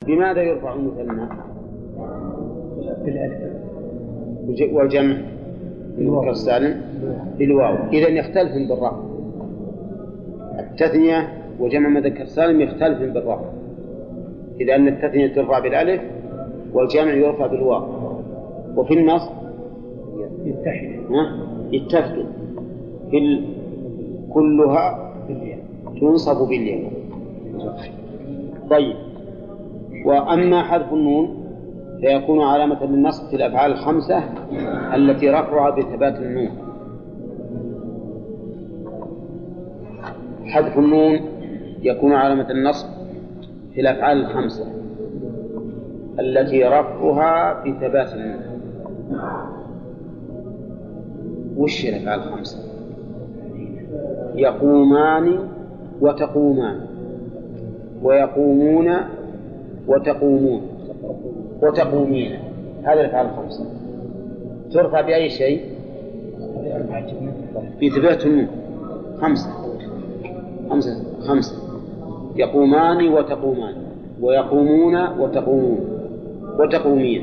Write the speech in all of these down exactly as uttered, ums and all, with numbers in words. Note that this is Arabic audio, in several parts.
بماذا يرفع المثنى؟ والجمع المذكر السالم بالواو. إذن يختلف بالرفع. التثنية وجمع مذكر سالم يختلف بالرفع، إذا أن التثنية ترفع بالألف والجمع يرفع بالواو. وفي النص يتفق في كلها تنصب بالياء. طيب، وأما حذف النون فيكون علامة للنصب في الأفعال الخمسة التي رفعها بثبات النون. حذف النون يكون علامة النصب في الأفعال الخمسة التي رفعها بثبات النون. وش الأفعال الخمسة؟ يقومان وتقومان، ويقومون وتقومون، وتقومين. هذه الأفعال الخمسة ترفع بأي شيء؟ بثبات النون. خمسة خمسة خمسة يقومان وتقومان، ويقومون وتقومون، وتقومين.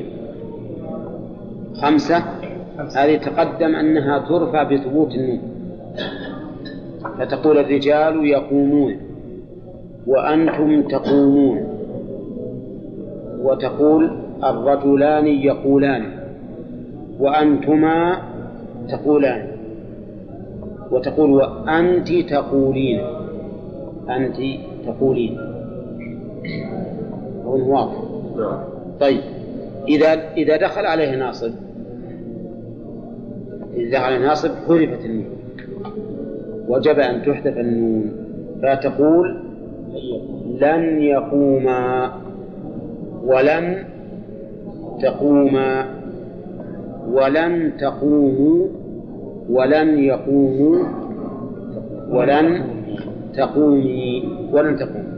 خمسة هذه تقدم أنها ترفع بثبوت النون، فتقول الرجال يقومون وأنتم تقومون، وتقول الرجلان يقولان وأنتما تقولان، وتقول وأنت تقولين، أنت تقولين. هو واضح. طيب، إذا إذا دخل عليه ناصب إذا دخل عليه ناصب حذفت النون، وجب أن تحذف النون، فتقول لن يقوما ولن تقوما ولن تقوموا ولن يقوموا ولن تقومي ولن تقوموا.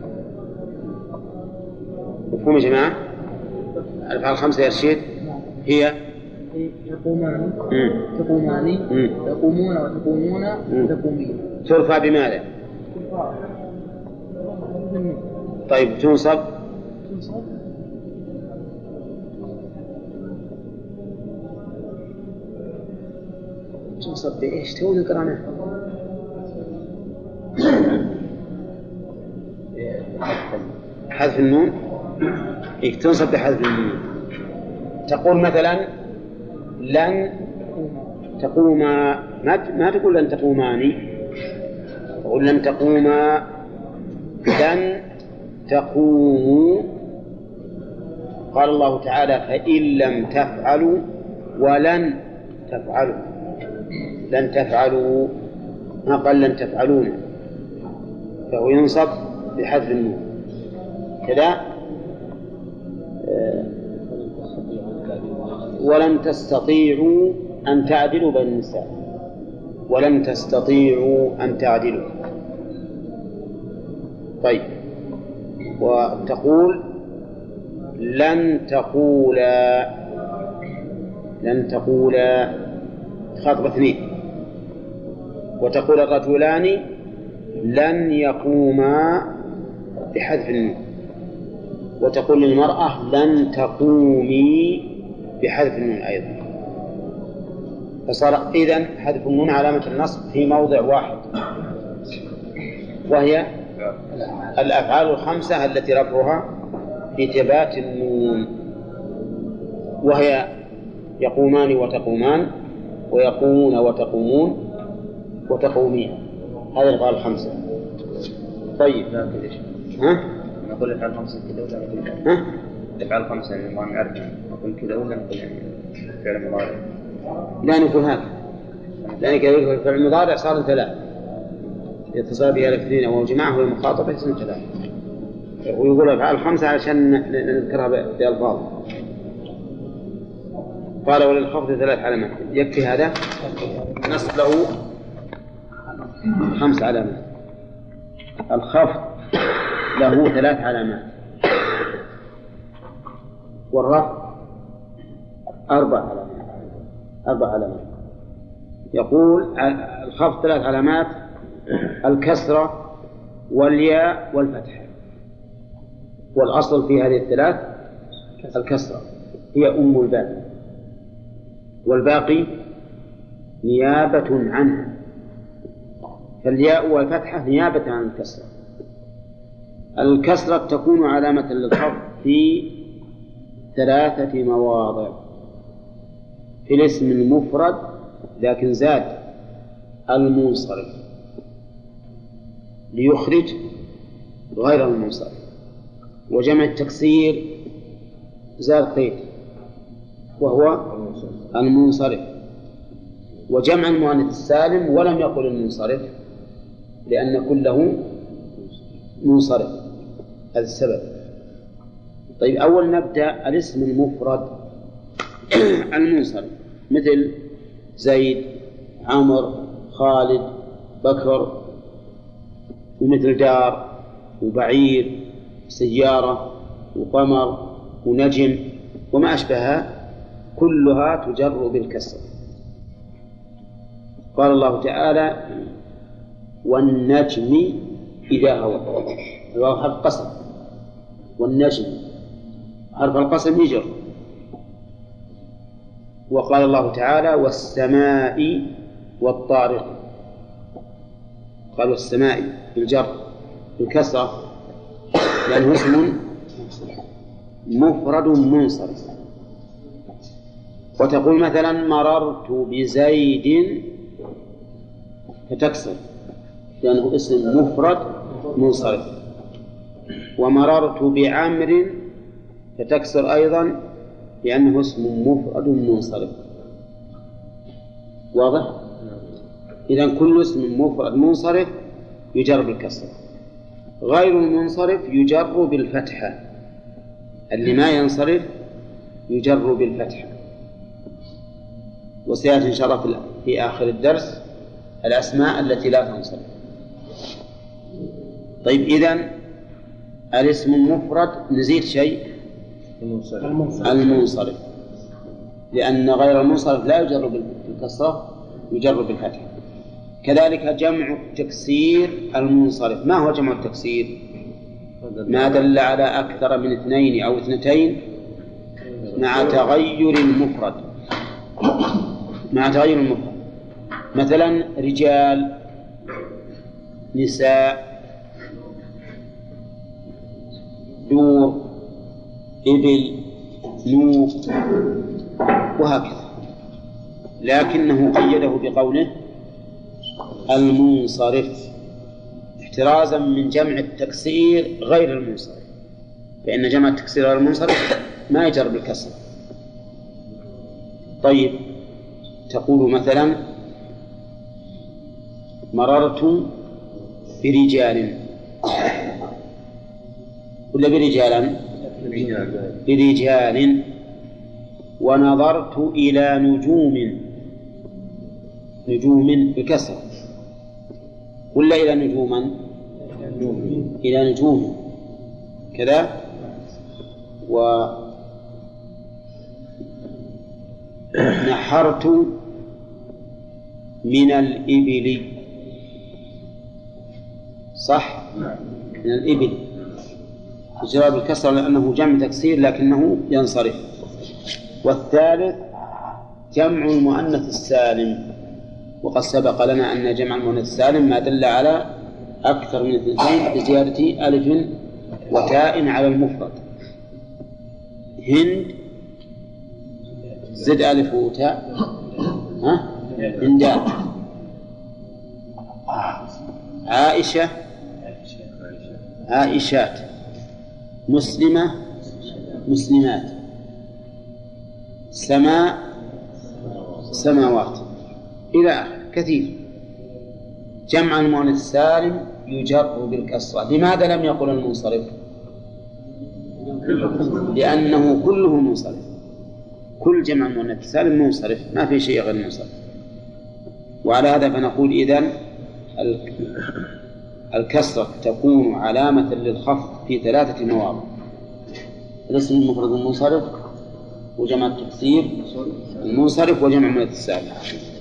مفهوم يا جماعة؟ الأفعال الخمسة يا رشيد هي يقومان تقومان يقومون وتقومون وتقومين. ترفع بماذا؟ طيب، تنصب تنصب بإيش؟ توني قرأناه. حذف النون. إيه، تنصب بحذف النون. تقول مثلا لن تقوما، ما تقول لن تقوماني، تقول لن تقوما، لن تقوموا. قال الله تعالى فإن لم تفعلوا ولن تفعلوا، لن تفعلوا، ما قال لن تفعلون، فهو ينصب بحذف النون كذا. ولن تستطيعوا أن تعدلوا بين النساء، ولن تستطيعوا أن تعدلوا. طيب، وتقول لن تقولا، لن تقولا خاطب اثنين. وتقول الرجلان لن يقوما بحذف النون. وتقول للمرأة لن تقومي بحذف النون أيضا. فصار إذن حذف النون علامة النصب في موضع واحد، وهي الأفعال الخمسة التي رفعها بثبات النون، وهي يقومان وتقومان، ويقومون وتقومون، وتقومين. هذه الأفعال الخمسة. طيب، ها؟ نقول الأفعال الخمسة كذا ولا نقول ها؟ الأفعال الخمسة يعني ما نعرف نقول كذا ولا نقول يعني فعل مضارع؟ لا نقول هذا، لأنك يقول فعل المضارع صار ثلاث، يتصل بها الاثنين وهو جماعة وهو مخاطبة يصير ثلاث. ويقول الأفعال الخمسة علشان نذكرها بألفاظ. قال وللخفض ثلاث علامات. يكفي هذا؟ نصب له خمس علامات. الخفض له ثلاث علامات، والرفع أربع علامات. أربع علامات. يقول الخفض ثلاث علامات: الكسرة والياء والفتح. والأصل في هذه الثلاث الكسرة هي أم الباقي، والباقي نيابة عنها، فالياء والفتحة نيابة عن الكسرة. الكسرة تكون علامة للخفض في ثلاثة مواضع: في الاسم المفرد لكن زاد المنصرف ليخرج غير المنصرف، وجمع التكسير زاد قيد وهو المنصرف، وجمع المؤنث السالم ولم يقل المنصرف لأن كله منصرف، هذا السبب. طيب، أول نبدأ الاسم المفرد المنصرف مثل زيد، عمر، خالد، بكر، ومثل دار وبعير، سيارة وقمر ونجم وما أشبهها، كلها تجر بالكسر. قال الله تعالى: والنجم إذا هوى، الواو حرف قسم، والنجم حرف القسم يجر. وقال الله تعالى: والسماء والطارق، قال والسماء بالجر بالكسرة لأنه اسم مفرد منصرف. وتقول مثلا: مررت بزيد، فتكسر لأنه اسم مفرد منصرف. ومررت بعمر، فتكسر أيضا لأنه اسم مفرد منصرف. واضح؟ إذن كل اسم مفرد منصرف يجر بالكسر، غير المنصرف يجر بالفتحة، اللي ما ينصرف يجر بالفتحة. وسيأتي إن شاء الله في آخر الدرس الأسماء التي لا تنصرف. طيب، إذن الاسم المفرد نزيد شيء، المنصرف، لأن غير المنصرف لا يجر بالكسرة يجر بالفتحة. كذلك جمع التكسير المنصرف. ما هو جمع التكسير؟ ما دل على أكثر من اثنين أو اثنتين مع تغير المفرد، مع تغير المفرد. مثلا رجال، نساء، دور، إبل، نوق، وهكذا. لكنه قيده بقوله المنصرف احترازا من جمع التكسير غير المنصرف، فإن جمع التكسير غير المنصرف ما يجر بالكسر. طيب، تقول مثلا: مررت برجال، ولا برجالا؟ برجال. ونظرت إلى نجوم، نجوم بكسر، ولا إلى نجوما؟ إلى نجوم كذا. ونحرت من الإبل، صح؟ من الإبل يجرى بالكسر لأنه جمع تكسير لكنه ينصرف. والثالث جمع المؤنث السالم، وقد سبق لنا أن جمع المؤنث السالم ما دل على أكثر من اثنتين بزيادة ألف وتاء على المفرد. هند زد ألف وتاء، ها؟ هندات. عائشة عائشات. مسلمة مسلمات. سماء سماوات، إلى آخر كثير. جمع المؤنث السالم يجر بالكسرة. لماذا لم يقل المنصرف؟ لأنه كله منصرف، كل جمع المؤنث السالم منصرف، ما في شيء غير منصرف. وعلى هذا فنقول إذن الكسرة تكون علامة للخفض في ثلاثة مواضع: الاسم المفرد المنصرف، وجمع التكسير المنصرف، وجمع المؤنث السالم.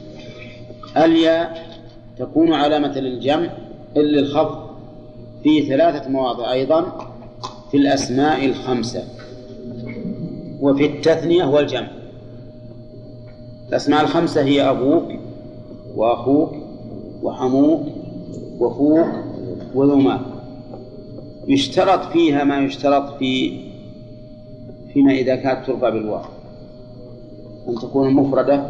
الياء تكون علامة للجمع للخفض في ثلاثة مواضع أيضا: في الأسماء الخمسة وفي التثنية والجمع. الأسماء الخمسة هي أبوك وأخوك وحموك وفوك وذو مال. يشترط فيها ما يشترط في فيما إذا كانت تربى بالواو، أن تكون مفردة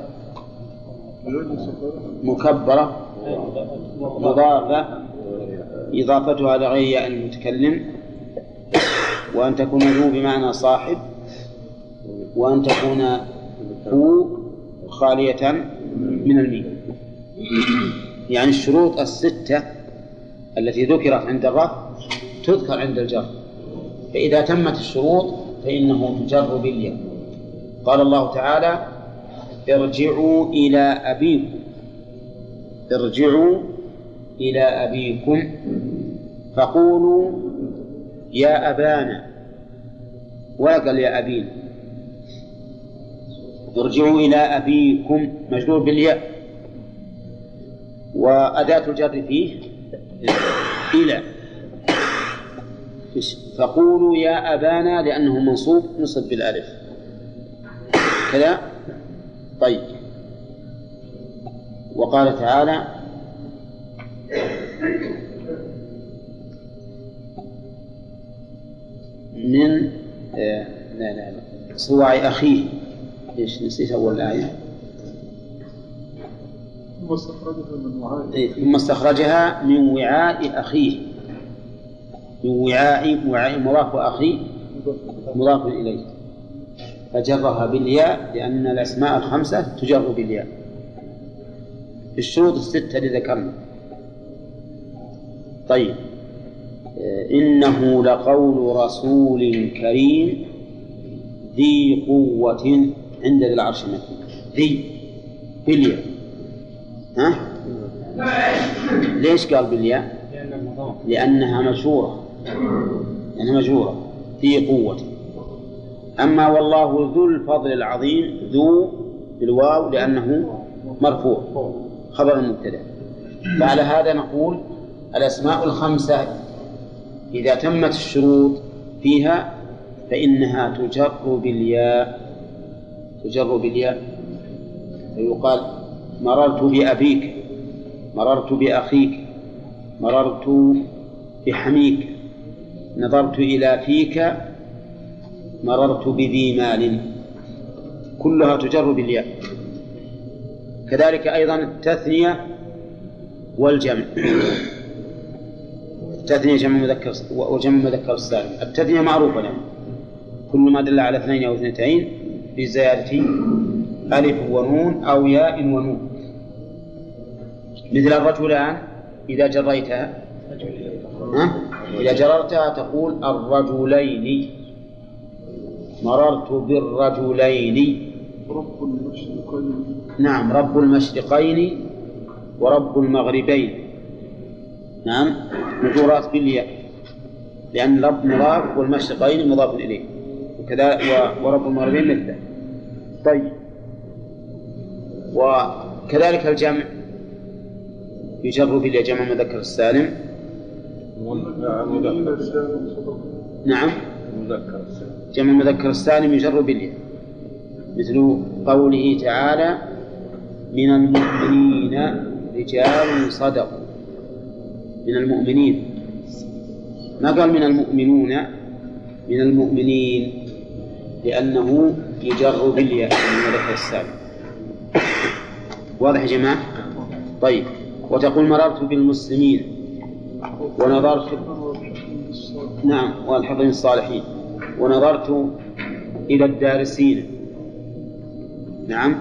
مكبرة مضافة إضافتها لغير المتكلم، وأن تكون ذو بمعنى صاحب، وأن تكون هو خالية من الميم. يعني الشروط الستة التي ذكرت عند الرفع تذكر عند الجر، فإذا تمت الشروط فإنه تجر بالياء. قال الله تعالى ارجعوا إلى أبيكم، ارجعوا إلى أبيكم فقولوا يا أبانا، ولا قال يا أبينا. ارجعوا إلى أبيكم مجرور بالياء، وأداة الجر فيه إلى. فقولوا يا أبانا لأنه منصوب نصب بالألف كذا. طيب، وقال تعالى من آه لا لا لا صواع أخيه. إيش نسيت أول الآية؟ ثم استخرجها من وعاء إيه، ثم استخرجها من وعاء أخيه. من وعاء وعاء مضاف أخيه مضاف إليه، فجرها بالياء لأن الأسماء الخمسة تجر بالياء. الشروط الستة اللي ذكرنا. طيب، إنه لقول رسول كريم ذي قوة عند ذي العرش مكين. ذي بالياء، ها؟ ليش قال بالياء؟ لأنها مجهورة، لأنها مجهورة ذي قوة. أما والله ذو الفضل العظيم، ذو بالواو لأنه مرفوع خبر المبتدأ. فعلى هذا نقول الأسماء الخمسة إذا تمت الشروط فيها فإنها تجر بالياء، تجر بالياء. فيقال مررت بأبيك، مررت بأخيك، مررت بحميك، نظرت إلى فيك، مررت بذي مال، كلها تجر بالياء. كذلك أيضا التثنية والجمع. التثنية جمع مذكر وجمع مذكر السالم. التثنية معروفة لنا، كل ما دل على اثنين أو اثنتين بزيادة ألف ونون أو ياء ونون. مثل الرجلان إذا جريتها، ها؟ إذا جررتها تقول الرجلين، مررت بالرجلين. رب المشرقين. نعم، رب المشرقين ورب المغربين. نعم، مجرورات بالياء لأن رب مضاف والمشرقين مضاف إليه، وكذا ورب المغربين مثله. طيب، وكذلك الجمع يجر بالياء، جمع مذكر السالم. نعم، جمع مذكر السالم يجر بالياء، مثل قوله تعالى من المؤمنين رجال صدقوا. من المؤمنين، ما قال من المؤمنون، من المؤمنين، لأنه يجر بالياء من مذكر السالم. واضح يا جماعة؟ طيب، وتقول مررت بالمسلمين ونظرت، نعم، والحظين الصالحين، ونظرت إلى الدارسين، نعم،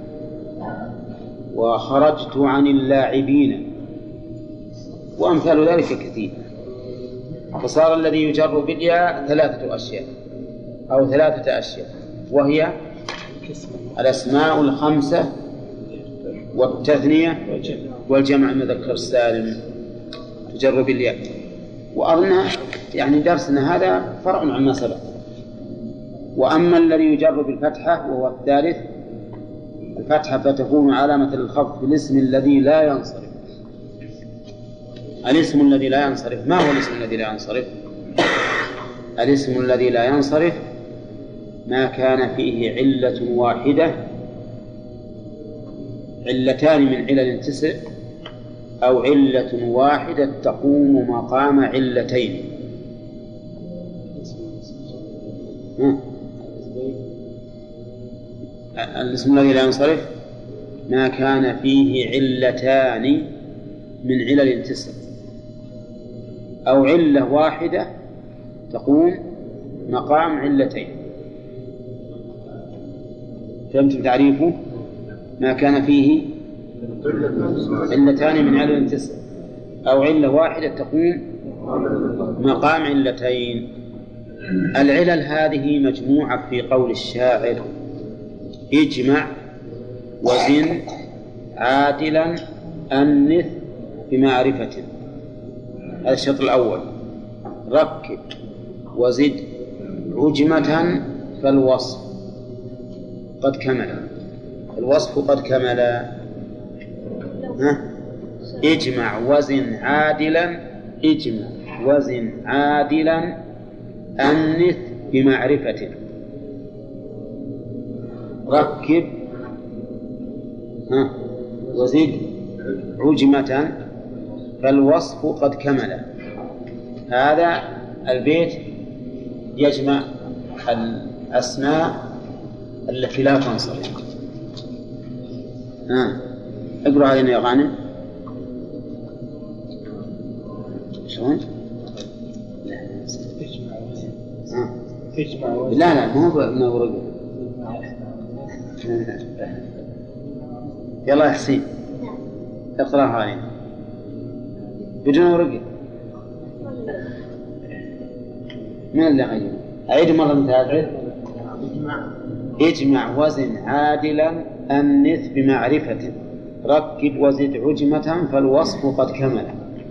وخرجت عن اللاعبين، وأمثال ذلك كثير. فصار الذي يجر بالياء ثلاثة أشياء أو ثلاثة أشياء، وهي الأسماء الخمسة والتثنية والجمع المذكر السالم تجر بالياء. وأظن يعني درسنا هذا فرع عما سبق. وأما الذي يجر بالفتحة وهو الثالث، الفتحة فتكون علامة للخفض بالاسم الذي لا ينصرف. الاسم الذي لا ينصرف، ما هو الاسم الذي لا ينصرف؟ الاسم الذي لا ينصرف ما كان فيه علة واحدة، علتان من علل تسع، أو علة واحدة تقوم مقام علتين. الاسم الذي لا ينصرف ما كان فيه علتان من علل تسع، أو علة واحدة تقوم مقام علتين. فهمتم تعريفه؟ ما كان فيه علتان من علل تسع، أو علة واحدة تقوم مقام علتين. العلل هذه مجموعة في قول الشاعر: اجمع وزن عادلا أنث بمعرفة. هذا الشرط الأول. ركب وزد عجمة فالوصف قد كمل. الوصف قد كمل. ها؟ اجمع وزن عادلا، اجمع وزن عادلا أنث بمعرفة. ركب ها وزد عجمة فالوصف قد كمل. هذا البيت يجمع الأسماء التي لا تنصرف. ها اقرأ علينا يا غانم. شلون؟ لا لا مو بنورق. يلا يا حسين اقرأها علينا بدون ورقة. من اللي غير؟ أعيد مرة متابعة. اجمع وزن عادلا أنث بمعرفة. ركب وزد عجمة فالوصف قد كمل.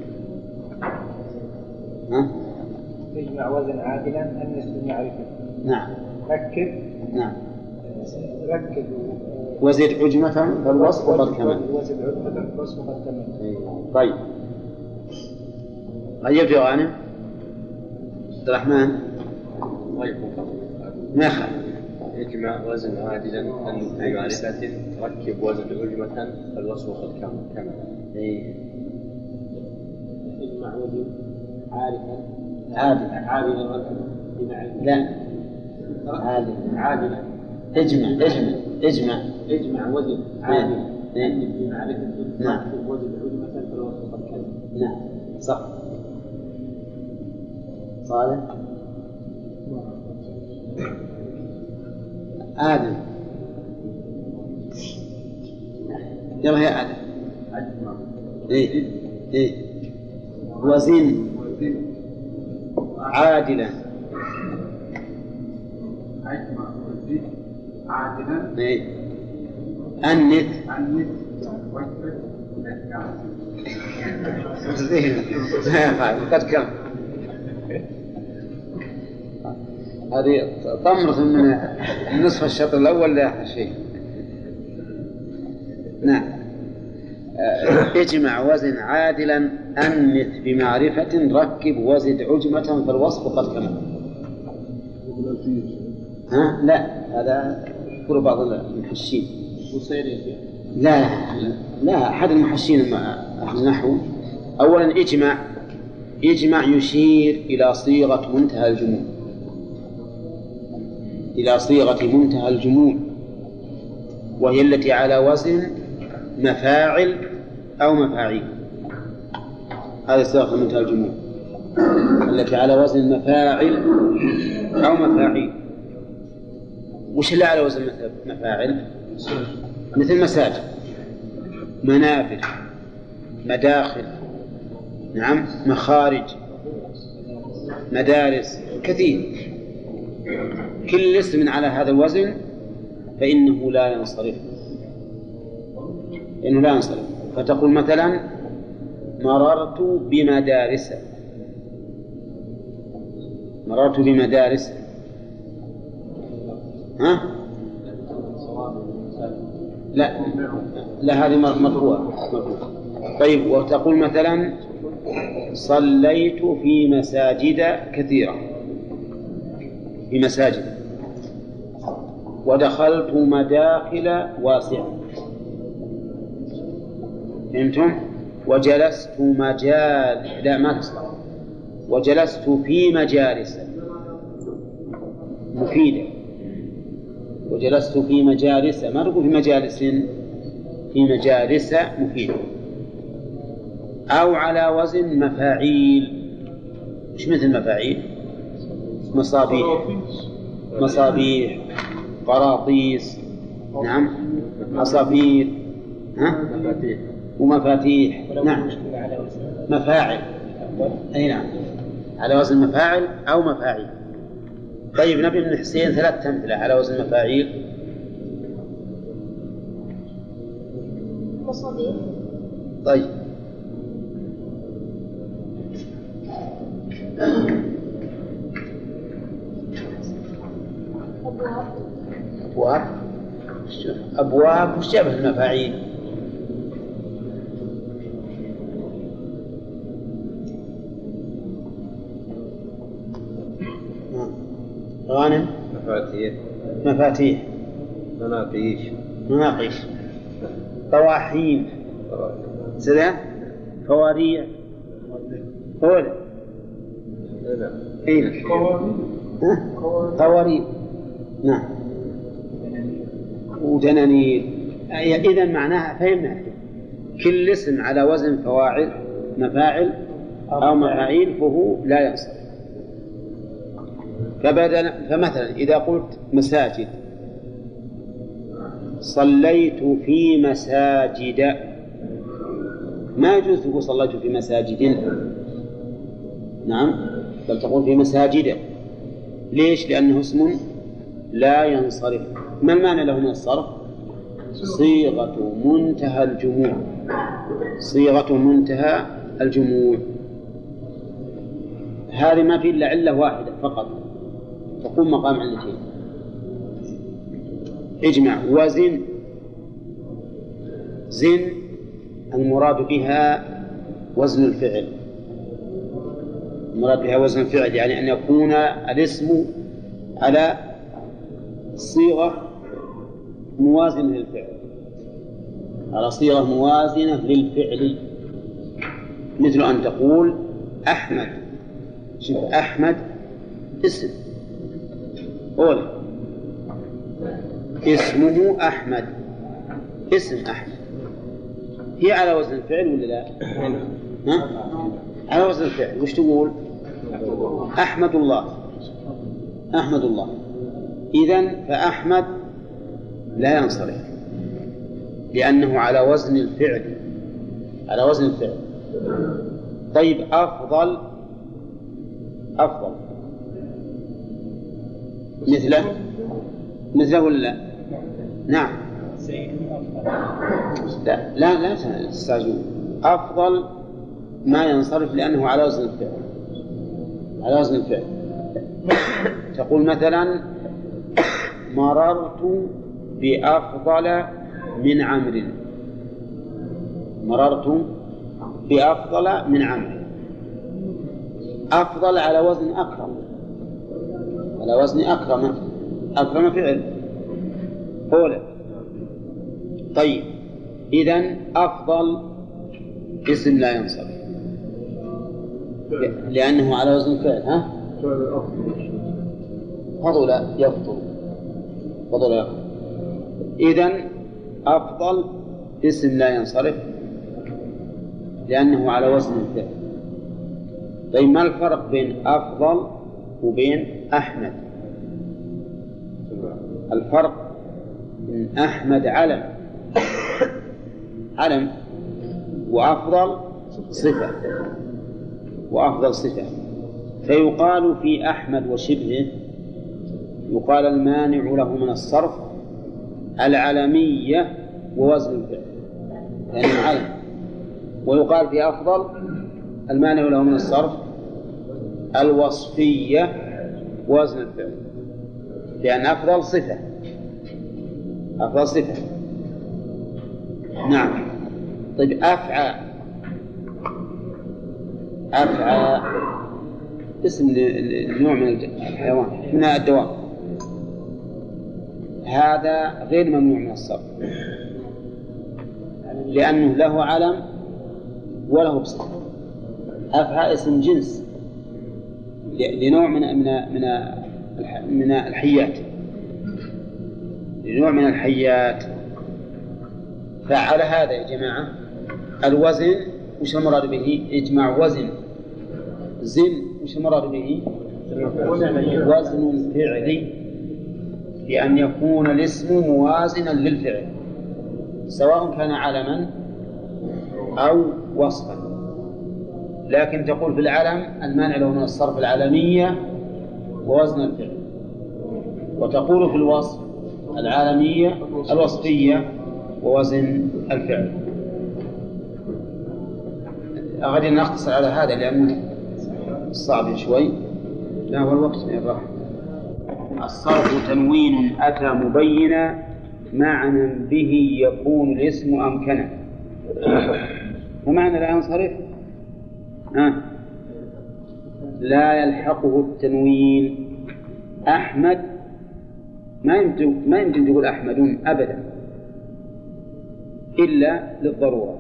ها؟ اجمع وزن عادلا أنث بمعرفة. نعم. ركب. نعم. ركب وزد عجمة فالوصف قد كمل. وزد عجمة فالوصف قد كمل. طيب. غيب يا غانم. عبد الرحمن. ما خل. اجمع وزن عادلا أنث بمعرفة. ركب وزد عجمة فالوصف قد كمل. اجمع وزن عارفا عادلا عادلا ركب بمعرفة. لا عادلا عادلا. اجمع اجمع اجمع اجمع وزن عادلا أنث بمعرفة. نعم. ركب وزن عجمة فالوصف قد كمل. نعم صح. صالح. آدم. يلا يا آدم. إيه إيه وزن عادلا. عادلا. إيه أنث. قد كم هذه طمرت من نصف الشطر الأول لآخر شيء. نعم. اجمع وزن عادلا أنث بمعرفة. ركب وزد عجمة فالوصف قد كمل. ها لا هذا يذكر بعض المحشين. لا لا أحد المحشين أهل النحو. أولا اجمع اجمع يشير إلى صيغة منتهى الجموع، إلى صيغة منتهى الجموع، وهي التي على وزن مفاعل أو مفاعيل. هذه صيغة منتهى الجموع التي على وزن مفاعل أو مفاعيل. وش اللي على وزن مفاعل؟ مثل مساجد، منافذ، مداخل، نعم، مخارج، مدارس، كثير. كل اسم على هذا الوزن فإنه لا ينصرف، إنه لا ينصرف. فتقول مثلا مررت بمدارس، مررت بمدارس. ها؟ لا لا هذه مرفوعة. طيب وتقول مثلا صليت في مساجد كثيرة. في مساجد. ودخلت مداخل واسعة. فهمتم؟ وجلست مجال لا ما تصلح. وجلست في مجالس مفيدة. وجلست في مجالس ما تقول في مجالس، في مجالس مفيدة. أو على وزن مفاعيل. مش مثل مفاعيل؟ مصابيح، مصابيح، قراطيس، نعم، عصافير، ها؟ ومفاتيح، نعم، مفاعل، أي نعم، على وزن مفاعل أو مفاعيل. طيب نبي من حسين ثلاث أمثلة على وزن مفاعيل. مصابيح. طيب أبواب. أبواب وش شبه المفاعيل؟ غانم. مفاتيح. مفاتيح. مناقيش. مناقيش. طواحين. سلام. فواريع. قول. إيه. قوارير. نعم. ودنانير. إذن معناها فهمنا. كل اسم على وزن فواعل مفاعل أو مفاعيل فهو لا ينصرف. فبدل فمثلا إذا قلت مساجد، صليت في مساجد، ما يجوز تقول صليت في مساجد، نعم، بل تقول في مساجد. ليش؟ لأنه اسم لا ينصرف. ما المعنى له من الصرف؟ صيغة منتهى الجموع. صيغة منتهى الجموع. هذه ما في إلا علة واحدة فقط تقوم مقام علتين. اجمع وزن. زن المراد بها وزن الفعل. المراد بها وزن الفعل يعني أن يكون الاسم على صيغة موازنة للفعل، على صيغة موازنة للفعل. مثل أن تقول أحمد. شوف أحمد اسم أول اسمه أحمد، اسم أحمد، هي على وزن الفعل ولا لا؟ ها؟ على وزن الفعل. وش تقول؟ أحمد الله. أحمد الله. إذن فأحمد لا ينصرف لأنه على وزن الفعل، على وزن الفعل. طيب أفضل. أفضل مثله مثله ولا لا؟ نعم. لا لا لا تستعجلون. أفضل ما ينصرف لأنه على وزن الفعل، على وزن الفعل. تقول مثلا مررت بأفضل من عمرو. مررت بأفضل من عمرو. أفضل على وزن أكرم، على وزن أكرم. أكرم فعل أولى. طيب إذن أفضل اسم لا ينصرف لأنه على وزن فعل. ها؟ فضل يفضل. فضل يفضل. إذن أفضل اسم لا ينصرف لأنه على وزن الفعل. طيب ما الفرق بين أفضل وبين أحمد؟ الفرق بين أحمد علم، علم، وأفضل صفة، وأفضل صفة. فيقال في أحمد وشبهه، يقال المانع له من الصرف العلمية ووزن الفعل يعني علم. ويقال في أفضل المانع له من الصرف الوصفية ووزن الفعل لأن أفضل صفة، أفضل صفة. نعم. طيب أفعى. أفعى اسم لنوع من الحيوان من الدواب، هذا غير ممنوع من الصرف لأنه له علم وله بصر. أفعى اسم جنس لنوع من من من من الحيات، لنوع من الحيات. فعلى هذا يا جماعة الوزن وش المراد به؟ اجمع وزن زن وش المراد به؟ وزن الفعل، بأن يكون الاسم موازنا للفعل سواء كان علما أو وصفا. لكن تقول في العلم المانع له من الصرف العالمية ووزن الفعل، وتقول في الوصف العالمية الوصفية ووزن الفعل. أغادي نختصر على هذا لأنه صعب شوي. لا هو الوقت من الراحة. الصرف تنوين أتى مبينا معنى به يكون الاسم أمكنا. ومعنى لا ينصرف آه. لا يلحقه التنوين. أحمد ما يمكن ما يمكن تقول أحمد أبدا إلا للضرورة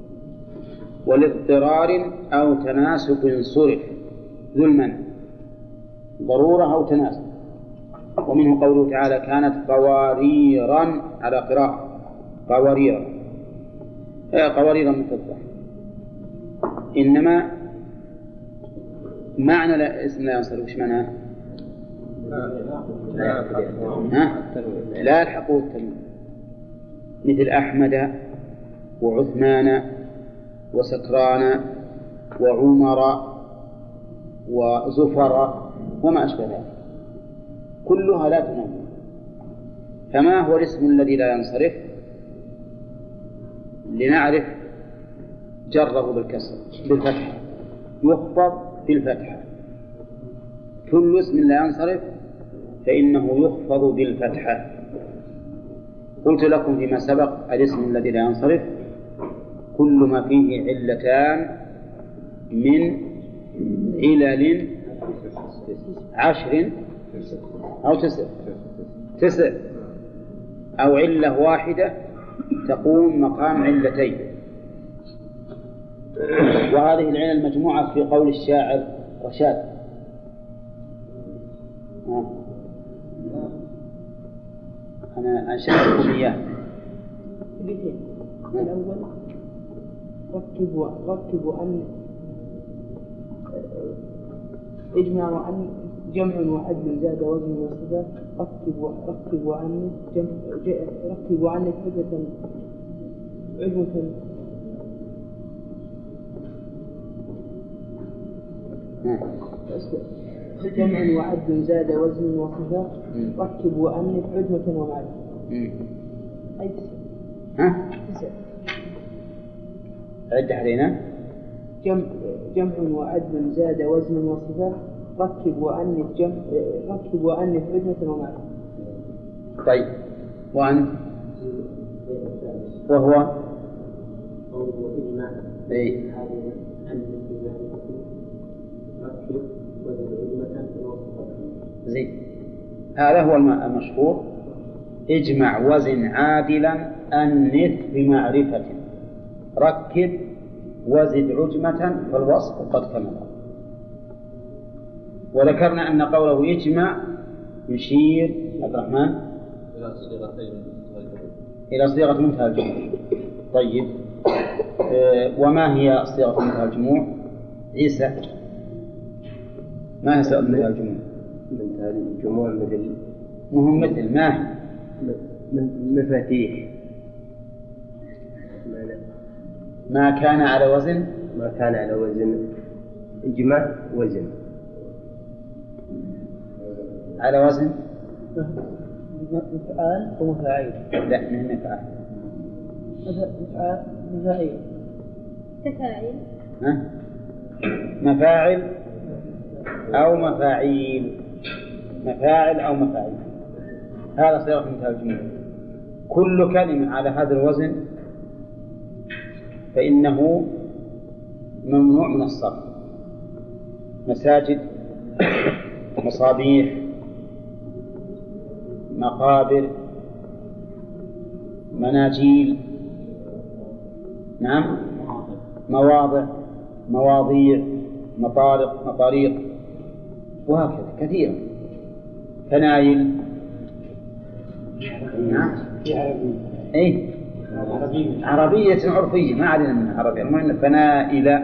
ولاضطرار أو تناسب صرف ذو المنع، ضرورة أو تناسب. ومنه قوله تعالى كانت قواريرا على قراءة قواريرا قواريرا من فضة. إنما معنى لا اسم لا ينصرف وش معناه؟ لا يلحقه التنوين، مثل أحمد وعثمان وسكران وعمر وزفر وما أشبه ذلك كلها لا تنوين. فما هو الاسم الذي لا ينصرف؟ لنعرف جره بالكسر بالفتحة، يخفض بالفتحة. كل اسم لا ينصرف فإنه يخفض بالفتحة. قلت لكم فيما سبق الاسم الذي لا ينصرف كل ما فيه علتان من علل عشر أو تسع تسع أو علة واحدة تقوم مقام علتين. وهذه العلل المجموعة في قول الشاعر رشاد. أنا أنشأتكم إياه. الأول ركب وركب وأن اجمع وأن جمع وعدل زاد وزن وصفة. ركب وركب وأن جمع ركب وأن حجة عجمة جمع وعدل زاد وزن وصفة. ركب وأن عجمة ومعرفة. أي تسع. ها؟ تسع. عد علينا. جمع جمع وعدل زاد وزن وصفة. ركب وأنف جمع ركب وأنف عدمة ومعنى. طيب وأنف وهو إجماع إيه ركب وزن عدمة زين. هذا هو المشهور. اجمع وزن عادلا أنث بمعرفة. ركب وزد عجمة فالوصف قد كمل. وذكرنا أن قوله يجمع يشير عبد الرحمن إلى صيغة منتهى الجموع. طيب أه وما هي صيغة منتهى الجموع؟ عيسى ما هي صيغة منتهى الجموع؟ منتهى الجموع مثل مهم مثل ما هي مفاتيح ما كان على وزن ما كان على وزن اجمع وزن على وزن مفعال ومفاعيل. لا من فعال مفعال مفاعيل تفاعيل ها مفاعل أو مفاعيل مفاعل أو مفاعيل. هذا صيغة منتهى الجموع. كل كلمة على هذا الوزن فإنه ممنوع من الصرف. مساجد مصابيح، مقابر، مناجيل، نعم، مواضع، مواضيع، مطارق، مطاريق، وهكذا كثيرا. فنايل، نعم، اي عربية عرفية ما علينا من عربية، المهم فنائل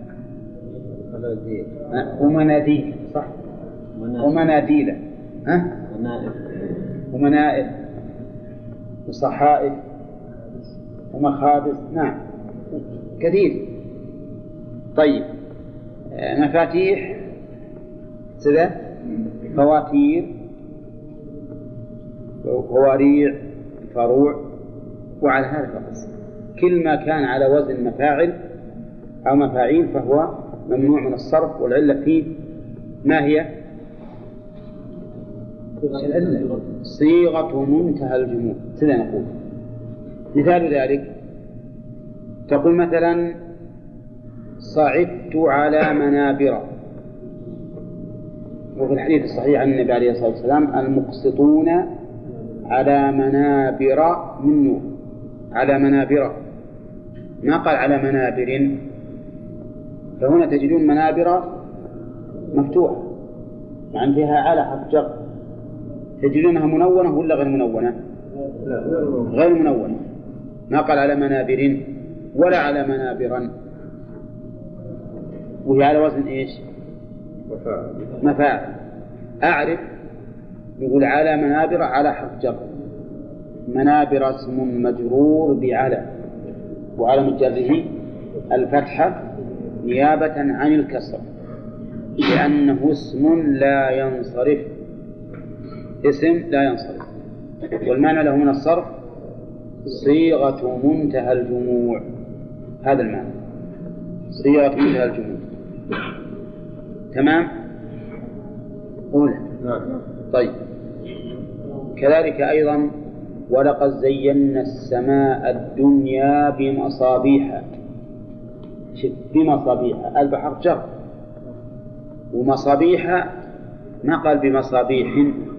ومناديل، صح، ومناديل، ها، ومنائل وصحائف ومخابز، نعم كثير. طيب مفاتيح سذا، فواتير، وواريع، فروع، وعلى هذا فقط. كل ما كان على وزن مفاعل أو مفاعيل فهو ممنوع من الصرف، والعلة فيه ما هي؟ العلة صيغة منتهى الجموع، سذا نقول. مثال ذلك تقول مثلا صعدت على منابر، وفي الحديث الصحيح عن النبي عليه الصلاة والسلام المقسطون على منابر من نور، على منابر، ما قال على منابر. فهنا تجدون منابر مفتوحة يعني فيها على حرف جر، تجدونها منونة ولا غير منونة؟ غير منونة، ما قال على منابر ولا على منابرا، وهي على وزن إيش؟ مفاعل. أعرف يقول على منابر على حرف جر، منابر اسم مجرور بعلى، وعلى جره الفتحة نيابة عن الكسر، لأنه اسم لا ينصرف، اسم لا ينصرف، والمعنى له من الصرف صيغة منتهى الجموع، هذا المعنى، صيغة منتهى الجموع. تمام؟ أولى. طيب كذلك أيضا ولقد زينا السماء الدنيا بمصابيح، بمصابيح البحر جر، ومصابيح ما قال بمصابيح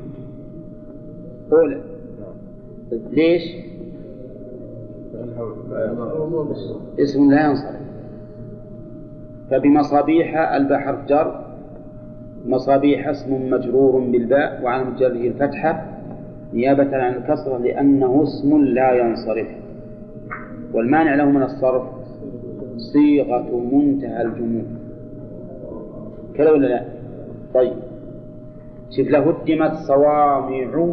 أولى. طيب ليش؟ اسم لا ينصرف، فبمصابيح البحر جر، مصابيح اسم مجرور بالباء وعن جره الفتحة نيابة عن الكسرة لأنه اسم لا ينصرف، والمانع له من الصرف صيغة منتهى الجموع، كذا ولا لا؟ طيب شوف، لهدمت صوامع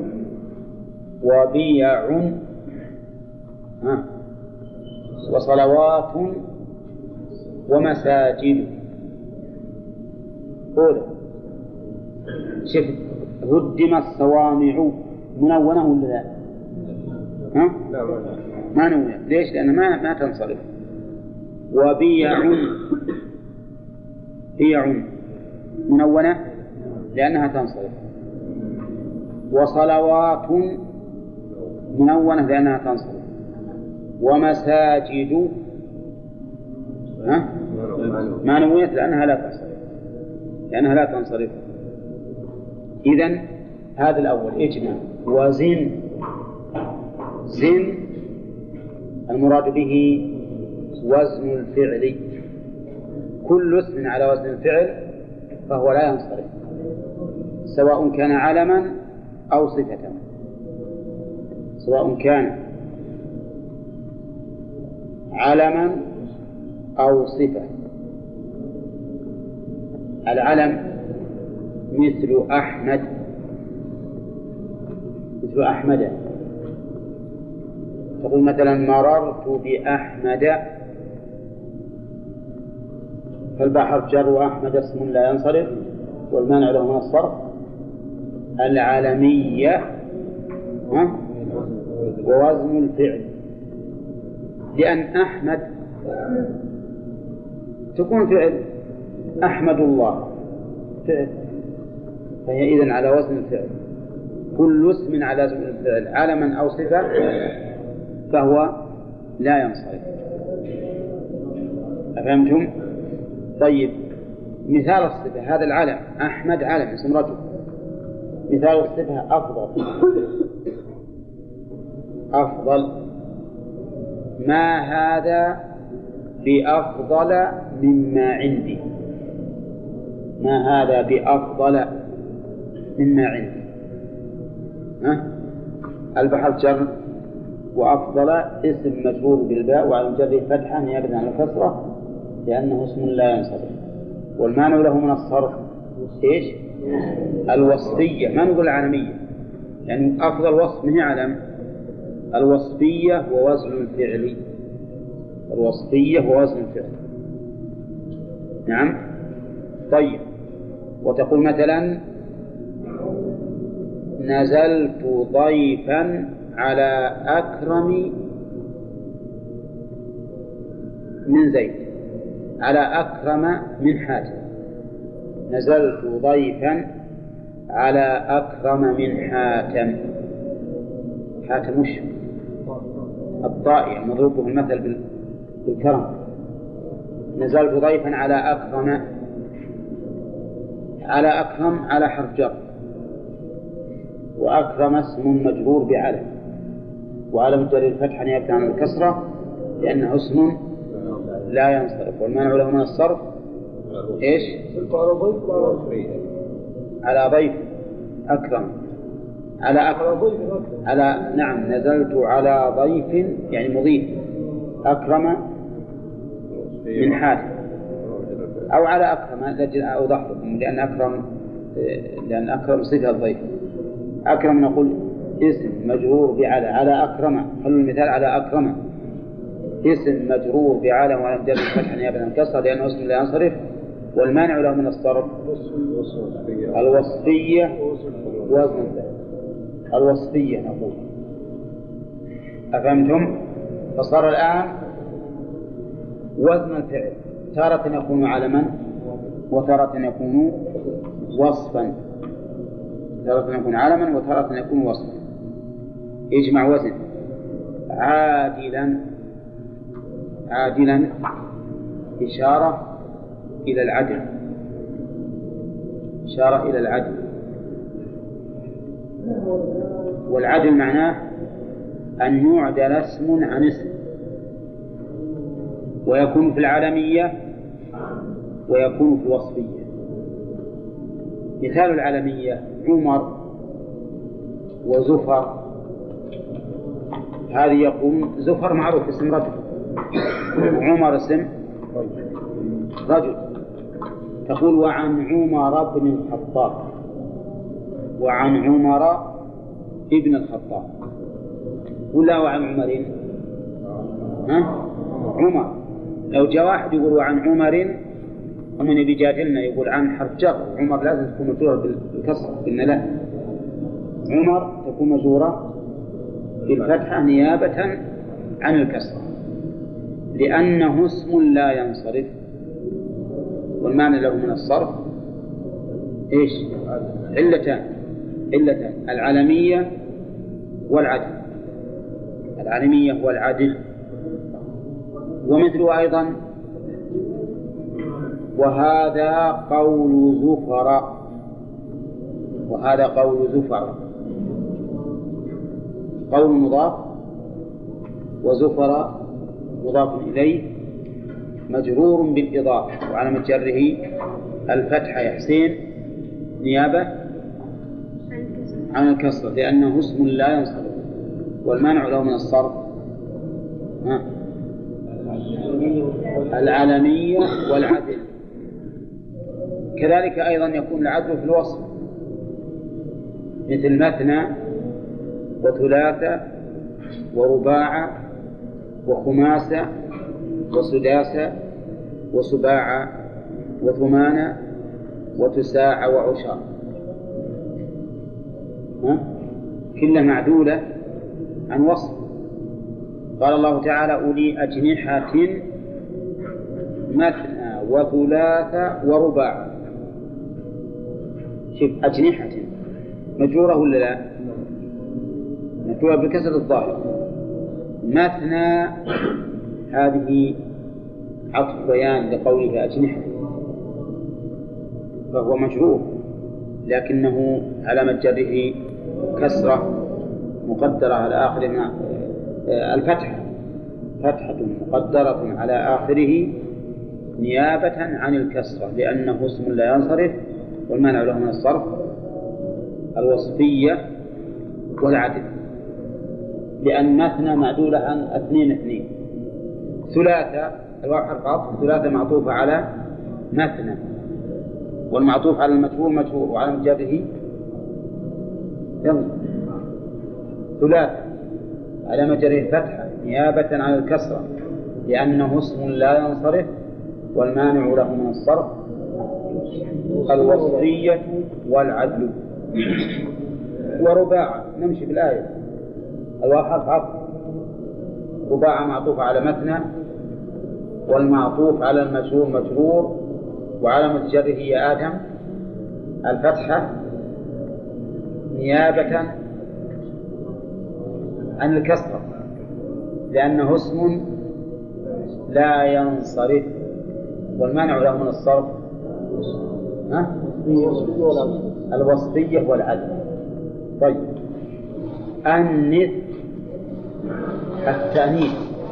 وبيع ها وصلوات ومساجد. أولى شوف، هدمت الصوامع منونة ولا لا؟ ها؟ ما نونة، ليش؟ لأن ما ما تنصرف. وبيع، بيع منونة لأنها تنصرف. وصلوات منونة لأنها تنصرف. ومساجد ها؟ ما نونة لأنها لا تنصرف، لأنها لا تنصرف. إذن هذا الأول اجمع. وزن، زن المراد به وزن الفعل، كل اسم على وزن الفعل فهو لا ينصرف، سواء كان علما أو صفة، سواء كان علما أو صفة. العلم مثل أحمد، مثل أحمد، تقول مثلا مررت بأحمد، فالبحر جر وأحمد اسم لا ينصرف، والمانع له من الصرف العالمية ووزن الفعل، لأن أحمد تكون فعل، أحمد الله فعل، فهي إذن على وزن الفعل. كل اسم على وزن الفعل علما أو صفة فهو لا ينصرف. أفهمتم؟ طيب مثال الصفة، هذا العلم أحمد علم اسم رجل، مثال الصفة أفضل. أفضل ما هذا بأفضل مما عندي، ما هذا بأفضل مما عندي. ها؟ البحر جر، وأفضل اسم مجرور بالباء وعلى مجره فتحة نيابة عن الكسرة لأنه اسم لا ينصرف. والمانع له من الصرف إيش؟ الوصفية، ما نقول العالمية، يعني أفضل وصف من علم الوصفية ووزن الفعل. الوصفية ووزن الفعل. نعم. طيب، وتقول مثلا نزلت ضيفا على أكرم من زيد، على أكرم من حاتم. نزلت ضيفا على أكرم من حاتم. حاتم وش؟ الطائي المضروب به المثل بالكرم. نزلت ضيفا على أكرم، على أكرم على حرف جر، وأكرم اسم مجرور بعلم، وعلم الجر الفتحة نيابة عن الكسرة لأنه اسم لا ينصرف. والمانع له من الصرف إيش؟ على ضيف أكرم، على أكرم على نعم نزلت على ضيف يعني مضيف أكرم من حاتم، أو على أكرم أوضح لكم لأن أكرم لأن أكرم صفة الضيف. أكرم نقول اسم مجرور بعلى، على أكرم، خلوا المثال على أكرم اسم مجرور بعلى وعلى مجرد فتح نيابة عن الكسرة لأنه اسم لا ينصرف. والمانع له من الصرف الوصفية وزن الفعل. الوصفية نقول. أفهمتم؟ فصار الآن وزن الفعل تارة يكون علما وتارة يكون وصفا، تارة يكون علما وتارة يكون وصفا. يجمع وزن عادلا. عادلا إشارة إلى العدل، إشارة إلى العدل. والعدل معناه أن يعدل اسم عن اسم، ويكون في العالمية ويكون في الوصفية. مثال العالمية عمر وزفر. هذه يقول زفر معروف اسم رجل، وعمر اسم رجل. تقول وعن عمر بن الخطاب، وعن عمر ابن الخطاب، ولا وعن عمر؟ ها؟ عمر. لو جاء واحد يقول وعن عمر ومن بيجادلنا يقول عن حرف جر، عمر لازم تكون مجرورة بالكسر، قلنا لا، عمر تكون مجرورة بالفتحة نيابة عن الكسر لأنه اسم لا ينصرف. والمعنى له من الصرف إيش؟ علتان، علتان العالمية والعدل. العالمية والعدل. ومثله أيضا وهذا قول زفر، وهذا قول زفر، قول مضاف وزفر مضاف إليه مجرور بالإضافة وعلى مجره الفتحة يا حسين نيابة عن الكسر لأنه اسم لا ينصرف. والمانع له من الصرف ها؟ العالمية والعدل. كذلك أيضا يكون العدل في الوصف مثل مثنى وثلاثة ورباع وخماسة وسداسة وسباع وثمان وتساع وعشر، كلها معدولة عن وصف. قال الله تعالى أولي أجنحة مثنى وثلاثة ورباع. شوف أجنحة مجرورة ولا لا؟ مجرورة بكسر الظاهر. مثنى هذه عطف بيان لقوله أجنحة فهو مجرور لكنه علامة جره كسرة مقدرة على آخر الفتحة، فتحة مقدرة على آخره نيابة عن الكسرة، لأنه اسم لا ينصرف والمانع له من الصرف الوصفية والعدل، لأن مثنى معدولة عن اثنين اثنين. ثلاثة الواو حرف عطف، ثلاثة معطوفة على مثنى، والمعطوف على المجهول مجهول وعلى جره يلا ثلاثة على مجره فتحة نيابة عن الكسرة، لأنه اسم لا ينصرف والمانع له من الصرف الوصفية والعدل. ورباعة نمشي بالآية، الواو حرف عطف، رباعة معطوف على مثنى والمعطوف على المجرور مجرور وعلامة جره يا آدم الفتحة نيابة عن الكسرة، لأنه اسم لا ينصرف والمانع له من الصرف ها؟ الوصفية والعدل. طيب النث التأنيث،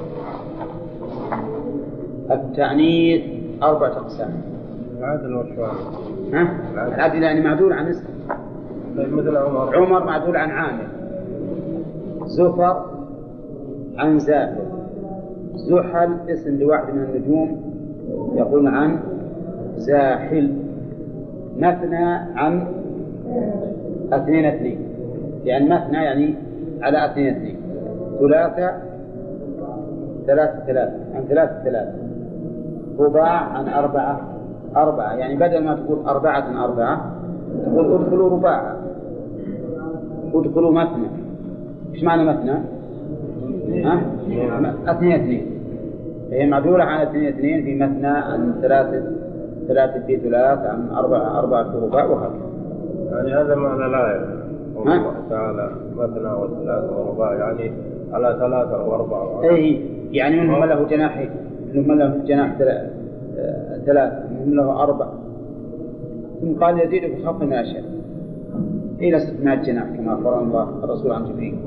التأنيث أربعة أقسام. العدل والشوارع. ها؟ العدل يعني معدول عن اسم، مثل عمر. عمر معدول عن عامر، زفر عن زافر، زحل اسم لواحد من النجوم يقول عن زاحل، مثنى عن اثنين اثنين، لأن مثنى يعني على اثنين اثنين، ثلاثة ثلاثة ثلاثة عن ثلاثة ثلاثة، رباع عن أربعة أربعة، يعني بدل ما تقول أربعة عن أربعة تقول ادخلوا رباعة، ادخلوا مثنى. إيش معنى مثنى؟ ها؟ اثنين اثنين، هي معدولة عن اثنين اثنين في مثنى، عن ثلاثة ثلاثة في ثلاث، عن أربعة أربعة في رباع وهكذا. يعني هذا معنى الآية الله تعالى مثنى وثلاثة ورباع، يعني على ثلاثة وأربعة. أي يعني منهم له جناحين، منهم له جناح ثلاث، منهم له أربع، ثم قال يزيد في الخلق ما يشاء إلى ستمائة جناح كما أخبر الله الرسول عن جبريل.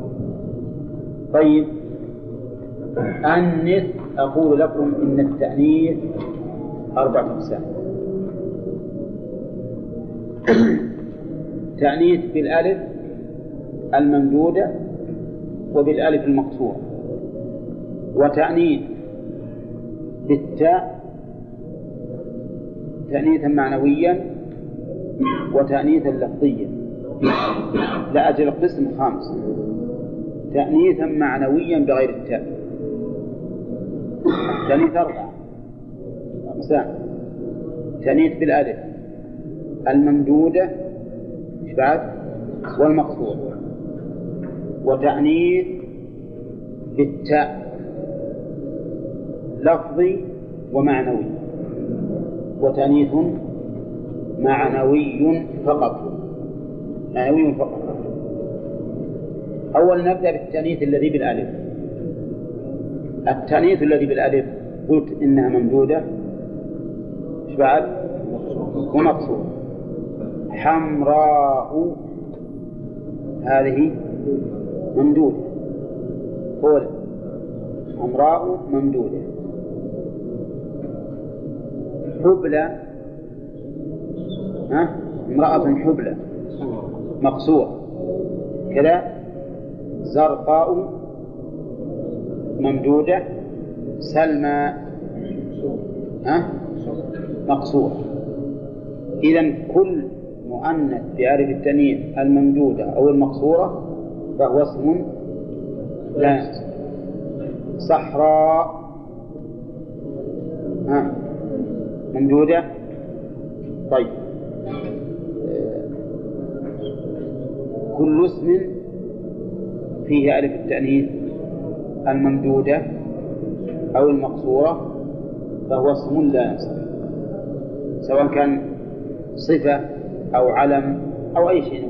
طيب النث أقول لكم إن التأنيث أربعة أقسام. تأنيث بالألف الممدودة وبالألف المقصورة، وتأنيث بالتاء تأنيثا معنويا وتأنيثا لفظيا. لا أجل القسم الخامس تأنيثا معنويا بغير التاء. تأنيث أربعة أقسام: تأنيث بالألف الممدودة بعد والمقصورة، وتأنيث بالتاء لفظي ومعنوي، وتأنيث معنوي فقط، معنوي فقط. أول نبدأ بالتأنيث الذي بالألف. التأنيث الذي بالألف قلت إنها ممدودة بعد ومقصورة. حمراء هذه ممدودة، قول حمراء ممدودة. حبلى ها امرأة حبلى مقصورة كذا. زرقاء ممدودة. سلمى ها مقصورة. إذن كل مؤنث بألف التأنيث الممدودة أو المقصورة فهو اسم لا. صحراء ها ممدودة. طيب كل اسم فيه ألف التأنيث الممدودة أو المقصورة فهو اسم لا ينصرف، سواء كان صفة أو علم أو أي شيء.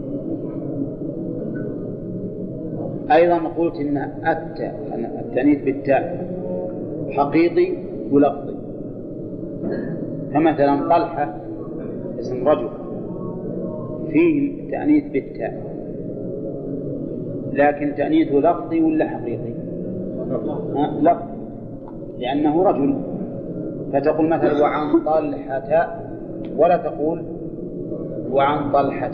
أيضا قلت إن التاء التأنيث بالتاء حقيقي ولفظي، فمثلا طلحة اسم رجل فيه تأنيث بالتاء، لكن تأنيثه لفظي ولا حقيقي؟ لفظي، لأنه رجل، فتقول مثلا وعن طلحة، ولا تقول وعن طلحة،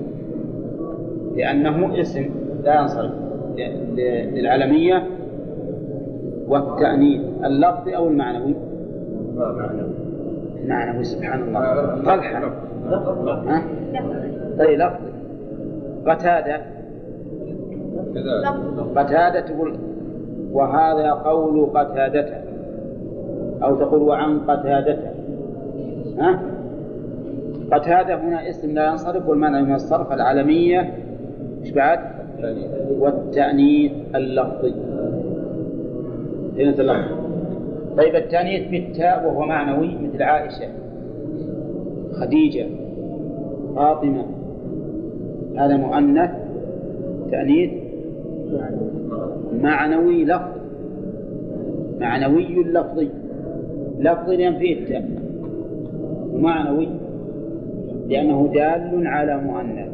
لأنه اسم لا ينصرف للعلمية والتأنيث اللفظي أو المعنوي. المعنوي سبحان الله. طلحة ها؟ طيب لفظي. قتادة قتادة تقول وهذا قول قتادة، أو تقول وعن قتادة. ها؟ قتادة هنا اسم لا ينصرف، والمعنى من الصرف العالمية إيش بعد؟ والتأنيث اللفظي. تأنيث اللفظي. طيب التأنيث بالتاء وهو معنوي مثل عائشة، خديجة، فاطمة، هذا مؤنث تأنيث معنوي لفظي، معنوي لفظي. لفظي لأن فيه التاء، ومعنوي لأنه دال على مؤنث.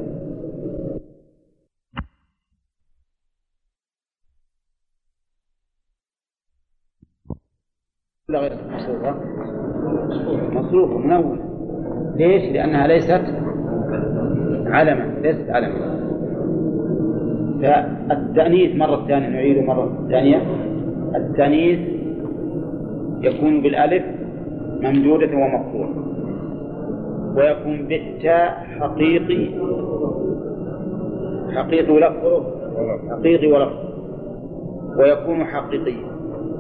لا غير مصروفة، مصروفة منونة. ليش؟ لأنها ليست علما، ليست علما. فالتأنيث مرة ثانية، نعيده مرة ثانية. التأنيث يكون بالألف ممدودة ومقطوعة، ويكون بالتاء حقيقي حقيقي ولفظ حقيقي ولفظ ويكون حقيقيا.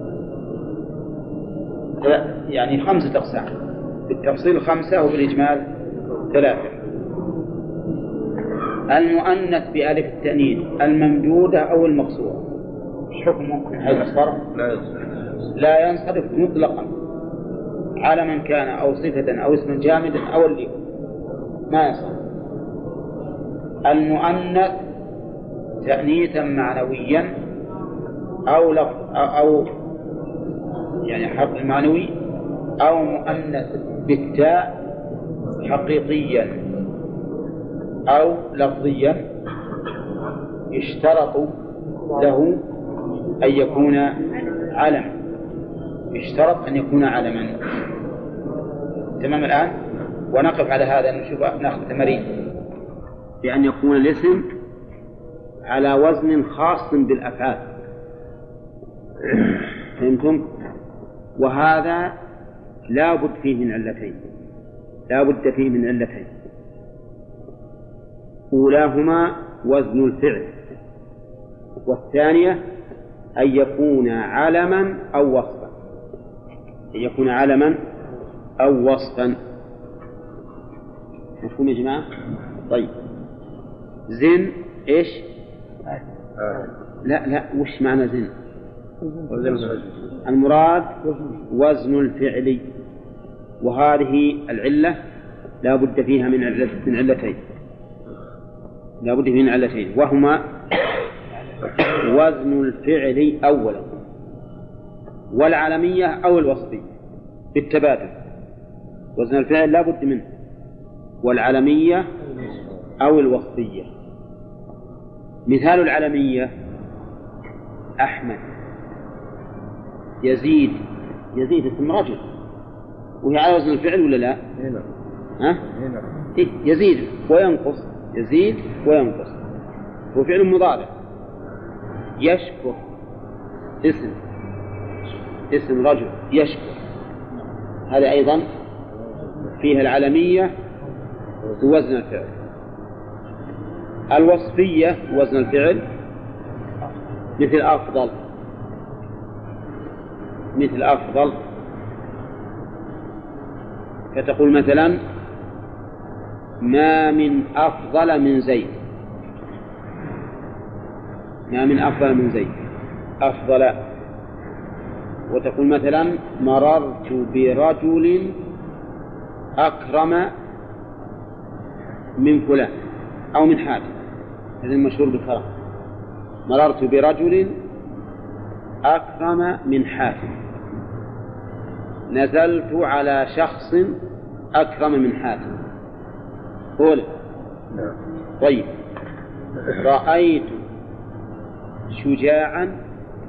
يعني خمسة أقسام، بالتفصيل خمسة وبالإجمال ثلاثة. المؤنث بألف التأنيث الممدودة أو المقصورة، ايش حكمه من حيث الصرف؟ لا ينصرف مطلقا، علما كان أو صفة أو اسما جامدا أو اللي ما ينصرف. المؤنث تأنيثا معنويا أو لفظ أو يعني حق معنوي، أو مؤنث بالتاء حقيقيا أو لفظيا، يشترط له أن يكون علما، يشترط أن يكون علما. تمام الآن؟ ونقف على هذا نشوف ناخذ تمارين بأن يكون الاسم على وزن خاص بالأفعال. فهمتم؟ وهذا لا بد فيه من علتين، لا بد فيه من علتين. أولاهما وزن الفعل، والثانية أن يكون علما أو وصفا، أن يكون علما أو وصفا. مفهوم يا جماعة؟ طيب زن إيش؟ لا لا، وش معنى زن؟ المراد وزن الفعل، وهذه العلة لا بد فيها من علة من علتين لا بد فيها من علتين وهما وزن الفعل أولا، والعلمية أو الوصفية بالتبادل. وزن الفعل لا بد منه، والعلمية أو الوصفية. مثال العلمية أحمد، يزيد. يزيد اسم رجل وهي على وزن الفعل ولا لا؟ ها؟ إيه؟ يزيد وينقص، يزيد وينقص، هو فعل مضارع. يشكر اسم اسم رجل يشكر، هذا أيضا فيها العلمية ووزن الفعل. الوصفية وزن الفعل مثل أفضل، مثل أفضل، فتقول مثلا ما من أفضل من زيد، ما من أفضل من زيد، أفضل. وتقول مثلا مررت برجل أكرم من فلان أو من حاتم، هذا المشهور بالكرم. مررت برجل أكرم من حاتم، نزلت على شخص أكرم من حاتم. قول طيب، رأيت شجاعا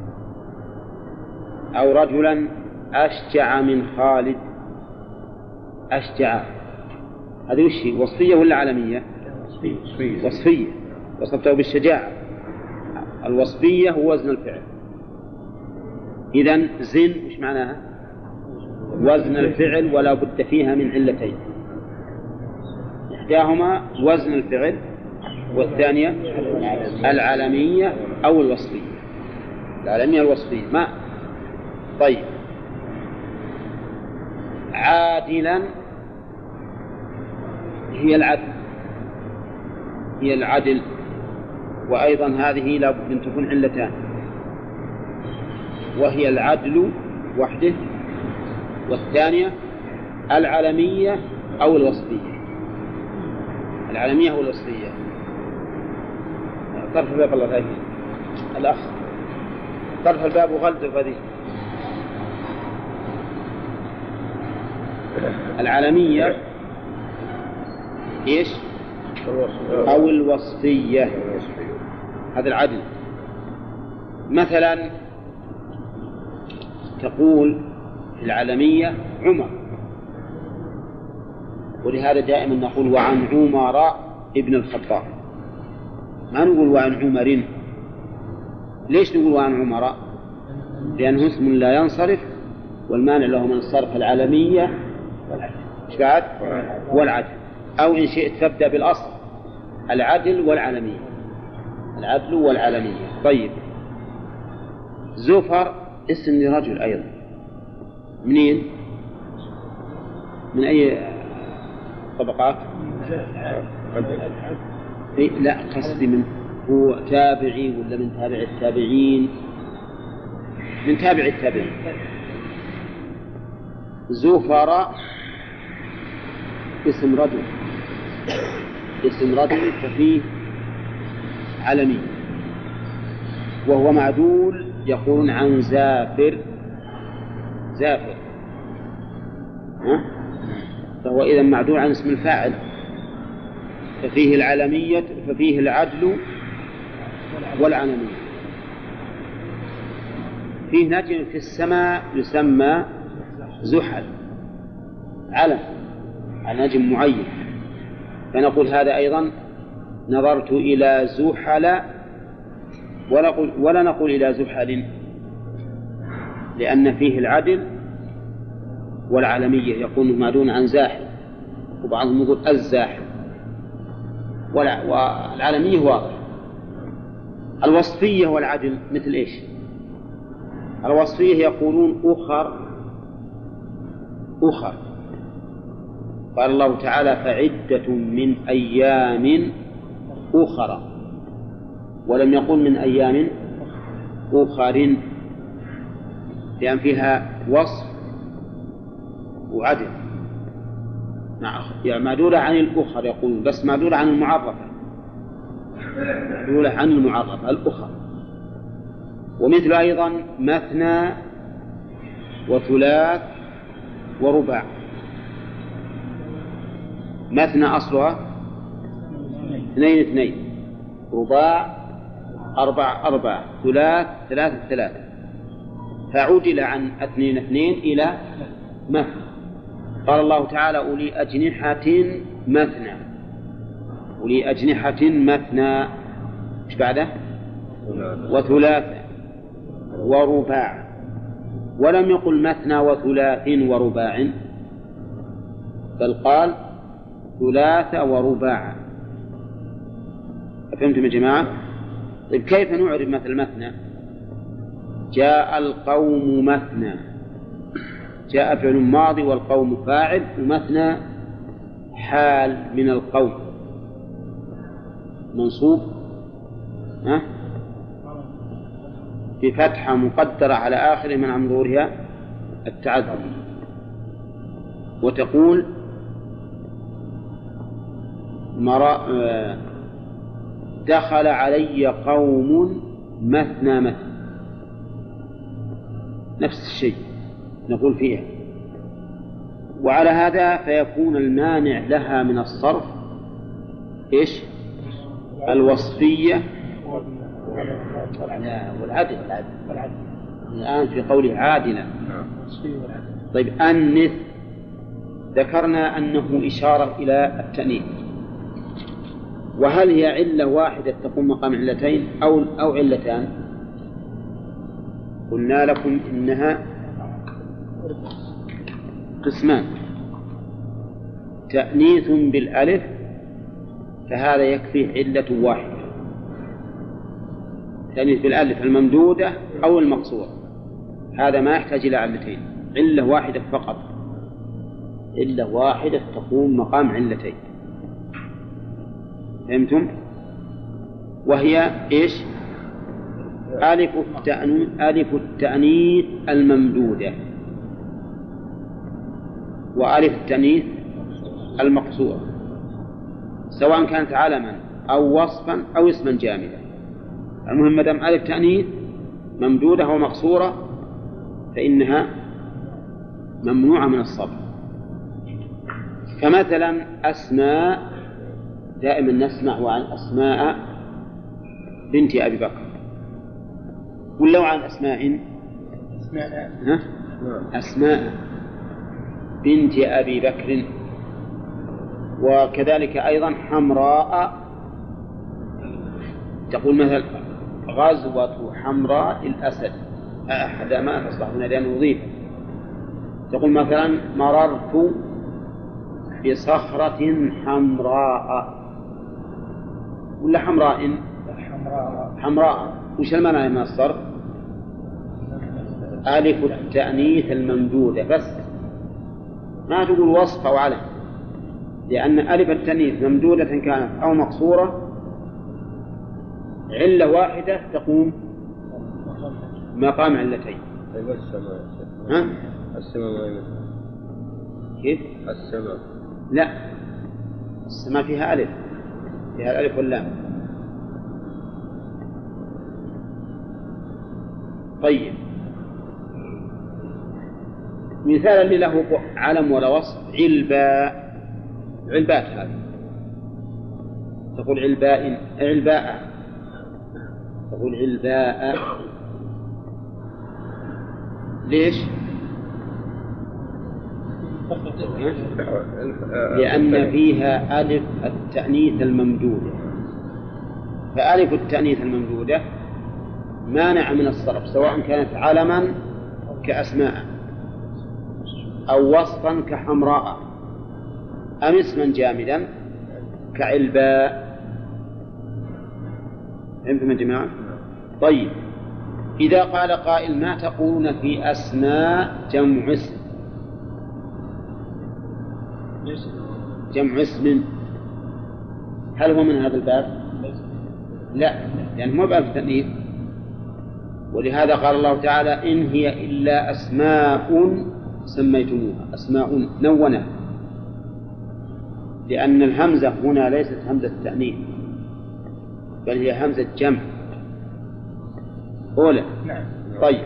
أو رجلا أشجع من خالد. أشجع هذه وش هي؟ وصفية ولا علمية؟ وصفية. وصفته بالشجاعة. الوصفية هو وزن الفعل. إذن زن وش معناها؟ وزن الفعل، ولا بد فيها من علتين، إحداهما وزن الفعل والثانية العلمية أو الوصفية. العلمية الوصفية ما. طيب، عادلا هي العدل، هي العدل، وأيضا هذه لا بد أن تكون علتان، وهي العدل وحده، والثانية العلمية أو الوصفية. العلمية أو الوصفية. طرف الباب الله تعالى الأخ طرف الباب وغلده فذي. العلمية إيش؟ أو الوصفية. هذا العدل. مثلا تقول العلمية عمر، ولهذا دائما نقول وعن عمر ابن الخطاب، ما نقول وعن عمر. ليش نقول وعن عمر؟ لأنه اسم لا ينصرف، والمانع له من الصرف العلمية إيش بعد؟ والعدل. أو إن شئت تبدأ بالأصل العدل والعلمية. العدل والعلمية. طيب، زفر اسم لرجل أيضا. منين؟ من أي طبقات؟ إيه؟ لا، قصدي من هو تابعي ولا من تابع التابعين؟ من تابع التابعين. زفر اسم رجل، اسم رجل ففيه علمي، وهو معدول. يقولون عن زافر، زافر، ها؟ فهو إذا معدول عن اسم الفاعل، ففيه العلمية، ففيه العدل والعلمية. فيه نجم في السماء يسمى زحل، علم على نجم معين، فنقول هذا أيضا نظرت إلى زحل، ولا نقول, ولا نقول إلى زحل، لأن فيه العدل والعلمية. يكون معدون عن زاحل، وبعضهم يقول الزاحل، والعلمية واضح. الوصفية والعدل مثل إيش؟ الوصفية يقولون أخر، أخر. قال الله تعالى فعدة من أيام أخرى، ولم يقل من أيام أخر، لأن فيها وصف وعدل. يعني معدولة عن الأخر يقولون، بس معدولة عن المعرفة، معدولة عن المعرفة الأخر. ومثل أيضا مثنى وثلاث ورباع. مثنى أصلها اثنين اثنين، رباع أربع أربع، ثلاث ثلاثة ثلاثة، فعدل عن اثنين اثنين إلى مثنى. قال الله تعالى أولي أجنحة مثنى، أولي أجنحة مثنى، إيش بعده؟ وثلاثة ورباع. ولم يقل مثنى وثلاث ورباع، بل قال ثلاثة ورباع. فهمتم يا جماعة؟ طيب، كيف نعرف مثل مثنى؟ جاء القوم مثنى، جاء فعل ماضي والقوم فاعل، ومثنى حال من القوم منصوب ها بفتحة مقدرة على آخره من عن ظهورها التعذر. وتقول مرا دخل علي قوم مثنى مثنى، نفس الشيء نقول فيها. وعلى هذا فيكون المانع لها من الصرف إيش؟ الوصفية والعدل. الآن في قوله عادلا. طيب أنث ذكرنا أنه إشارة إلى التأنيث، وهل هي علة واحدة تقوم مقام علتين أو أو علتان؟ قلنا لكم إنها قسمان: تأنيث بالألف فهذا يكفي علة واحدة، تأنيث بالألف الممدودة أو المقصورة، هذا ما يحتاج إلى علتين، علة واحدة فقط، علة واحدة تقوم مقام علتين. فهمتم؟ وهي إيش؟ ألف التأنيث ألف التأنيث الممدودة وألف التأنيث المقصورة، سواء كانت علما أو وصفا أو اسما جامدا. المهم ما دام ألف تأنيث ممدودة ومقصورة فإنها ممنوعة من الصرف. فمثلا أسماء دائما نسمع عن أسماء بنت أبي بكر، ولو عن أسماء أسماء, أسماء بنت أبي بكر، وكذلك أيضا حمراء، تقول مثلا غزوة حمراء الأسد، أحد ما تصلح هنا لأنه نظيف. تقول مثلا مررت بصخرة حمراء، ولا حمراء حمراء، وش المعنى من الصرف؟ ألف التأنيث الممدودة بس، ما تقول وصف أو علم، لأن ألف التأنيث ممدودة كانت أو مقصورة علة واحدة تقوم مقام علتين. طيب السماء ها؟ السماء ما يمثل كيف؟ السماء لا، السماء فيها ألف، فيها الألف واللام. طيب مثال اللي له علم ولا وصف: علباء، علبات هذه، تقول علباء علباء، تقول علباء، ليش؟ لأن فيها ألف التأنيث الممدودة، فألف التأنيث الممدودة مانع من الصرف، سواء كانت علما كأسماء أو وصفا كحمراء أم اسما جامدا كعلباء. فهمتم يا جماعة؟ طيب إذا قال قائل: ما تقولون في أسماء جمع اسم؟ جمع اسم هل هو من هذا الباب؟ لا، لأنه مو باب التأنيث، ولهذا قال الله تعالى: إن هي إلا أسماء سميتموها، أسماء نونة، لأن الهمزة هنا ليست همزة التأنيث بل هي همزة جمع أولى. طيب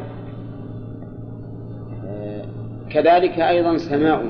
آه كذلك أيضا سماء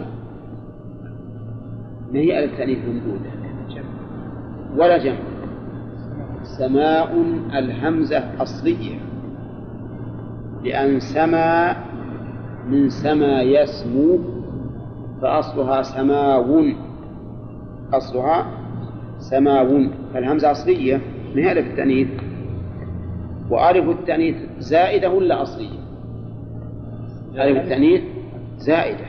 ما هي التأنيث ممدودة ولا جمع، سماء الهمزة أصلية، لأن سما من سما يسمو فأصلها سماو، أصلها سماو، فالهمزة أصلية ما هي ألف التأنيث. وألف التأنيث زائدة ولا أصلية؟ ألف التأنيث زائدة.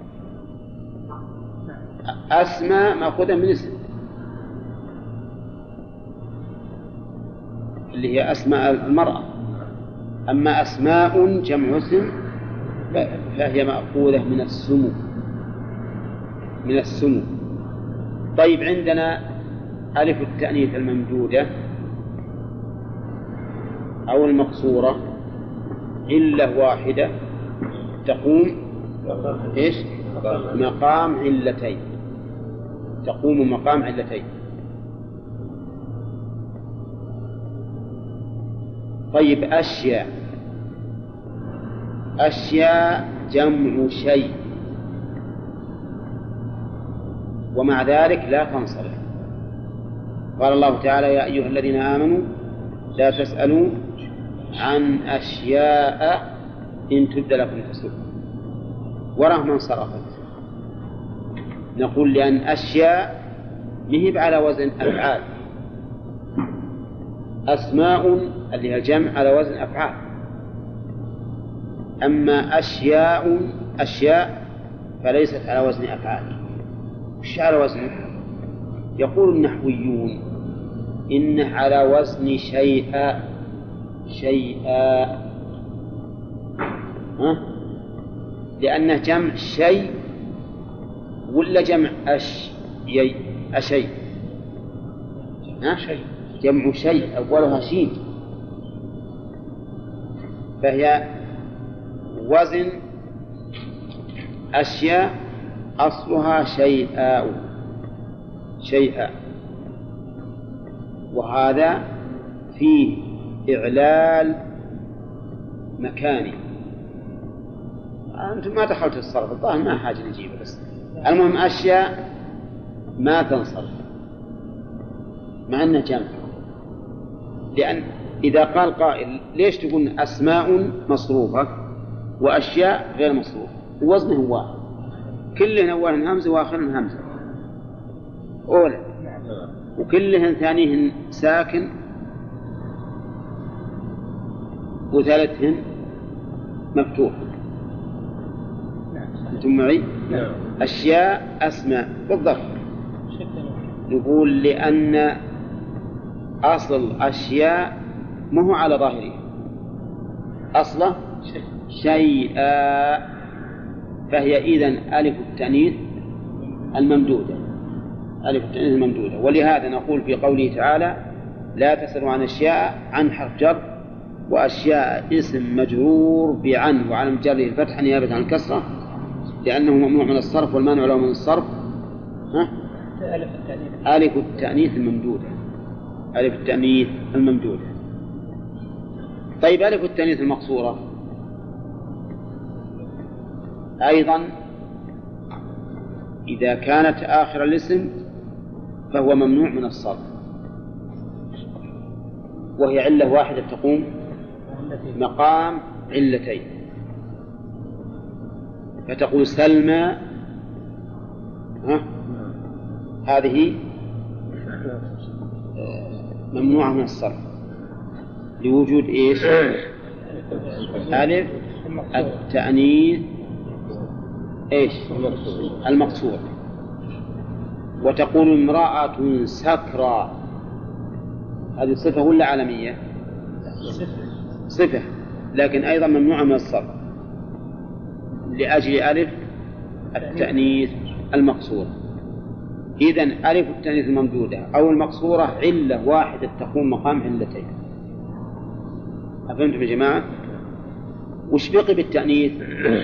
أسماء مأخوذة من اسم اللي هي أسماء المرأة، أما أسماء جمع اسم فهي مأخوذة من السمو، من السمو. طيب عندنا ألف التأنيث الممدودة أو المقصورة علة واحدة تقوم إيش؟ مقام علتين، تقوم مقام علتين. طيب أشياء، أشياء جمع شيء، ومع ذلك لا تنصرف، قال الله تعالى يا أيها الذين آمنوا لا تسألوا عن أشياء إن تبد لكم تسؤكم ورغم انصرفت. نقول لأن أشياء مهب على وزن أفعال، أسماء اللي هي الجمع على وزن أفعال، أما أشياء أشياء فليست على وزن أفعال. وش على وزن؟ يقول النحويون إنه على وزن شيئا شيئا، ها؟ لأنه جمع شيء ولا جمع أش يي أشيء، ها؟ جمع شيء أولها شين، فهي وزن أشياء أصلها شيئا شيئا، وهذا فيه إعلال مكاني. أنتم ما دخلت الصرف، الظاهر ما حاجة نجيبه، بس المهم أشياء ما تنصرف مع أنه جمع، لأن إذا قال قائل ليش تقول أسماء مصروفة وأشياء غير مصروفة ووزنه واحد، كلهن أولهن همزة وآخرهن همزة أولى، وكلهن ثانيهن ساكن وثالثهن مفتوح. أنتم معي؟ أشياء أسماء بالضبط. نقول لأن أصل أشياء ما هو على ظاهره، أصله شيئا، فهي إذن ألف التأنيث الممدودة، ألف التأنيث الممدودة. ولهذا نقول في قوله تعالى لا تسألوا عن أشياء، عن حرف جر، وأشياء اسم مجرور بعن وعلم جره الفتح نيابة عن الكسرة لأنه ممنوع من الصرف والمانع له من الصرف. ها؟ ألف التأنيث الممدودة، ألف التأنيث الممدودة. طيب ألف التأنيث المقصورة أيضا إذا كانت آخر الاسم فهو ممنوع من الصرف، وهي علة واحدة تقوم مقام علتين، فتقول سلمى، ها؟ هذه ممنوعة من الصرف لوجود إيش؟ ألف التأنيث إيش؟ المقصور. وتقول امرأة سكرى، هذه صفة ولا علمية؟ صفة، لكن أيضا ممنوعة من الصرف لأجل ألف التأنيث المقصورة. إذن ألف التأنيث الممدودة أو المقصورة علة واحدة تقوم مقام علتين. أفهمتم يا جماعة؟ وش بقي بالتأنيث؟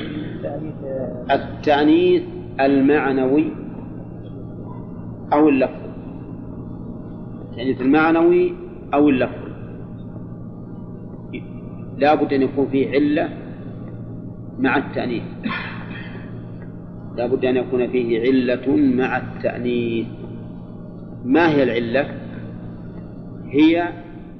التأنيث المعنوي أو اللفظ، التأنيث المعنوي أو اللفظ لا بد أن يكون فيه علة مع التأنيث، لا بد أن يكون فيه علة مع التأنيث. ما هي العلة؟ هي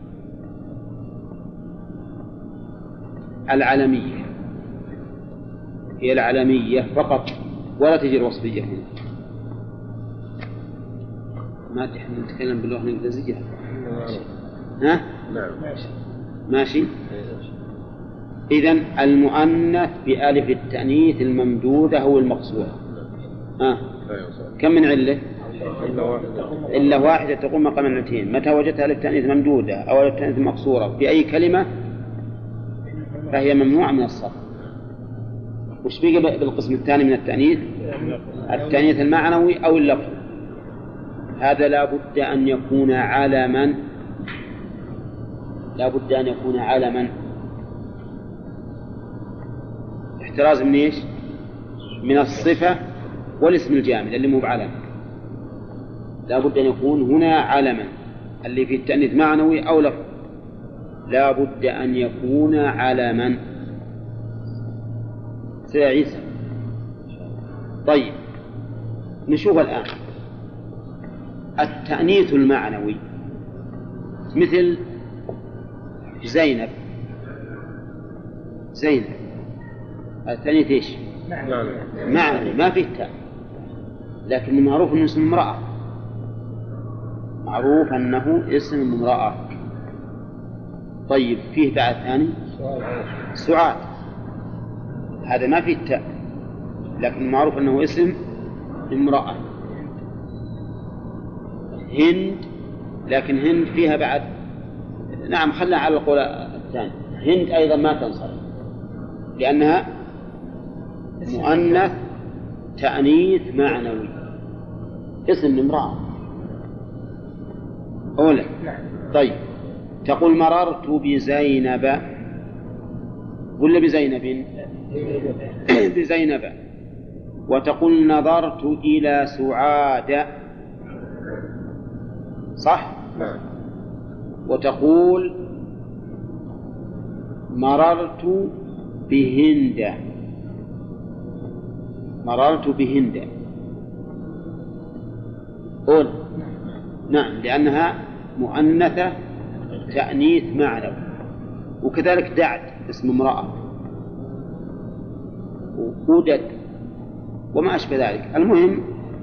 العلمية، هي العلمية فقط، ولا تجي الوصفية هنا. ما تحن نتكلم باللغة الإنجليزية؟ ها؟ نعم ماشي. إذن المؤنث بألف التأنيث الممدودة هو المقصورة. ها؟ كم من علة؟ إلا واحدة تقوم مقام علتين. متى وجدتها ألف التأنيث ممدودة أو ألف التأنيث مقصورة في أي كلمة فهي ممنوعة من الصرف. وش بيجي بالقسم الثاني من التأنيث؟ التأنيث المعنوي أو اللفظ. هذا لا بد أن يكون علما، لا بد أن يكون علما. احتراز من إيش؟ من الصفة والاسم الجامد اللي مو بعلم. لا بد أن يكون هنا علما اللي في التأنيث معنوي أو لفظ، لا بد أن يكون علما. سيد عيسى. طيب نشوف الآن التأنيث المعنوي مثل زينب. زينب الثانية ايش؟ معنى ما فيه تاء، لكن معروف انه اسم امرأة، معروف انه اسم امرأة. طيب فيه بعد ثاني سعاد، هذا ما فيه تاء لكن معروف انه اسم امرأة. هند، لكن هند فيها بعد، نعم خلنا على القول الثاني، هند أيضا ما تنصرف لأنها مؤنث تأنيث معنوي، اسم امرأة أولا. طيب تقول مررت بزينب ولا بزينب؟ بزينب. وتقول نظرت إلى سعاد، صح؟ وتقول مررت بهند، مررت بهند قول نعم لأنها مؤنثة تأنيث معنوي. وكذلك دعد اسم امرأة، ودد وما أشبه ذلك. المهم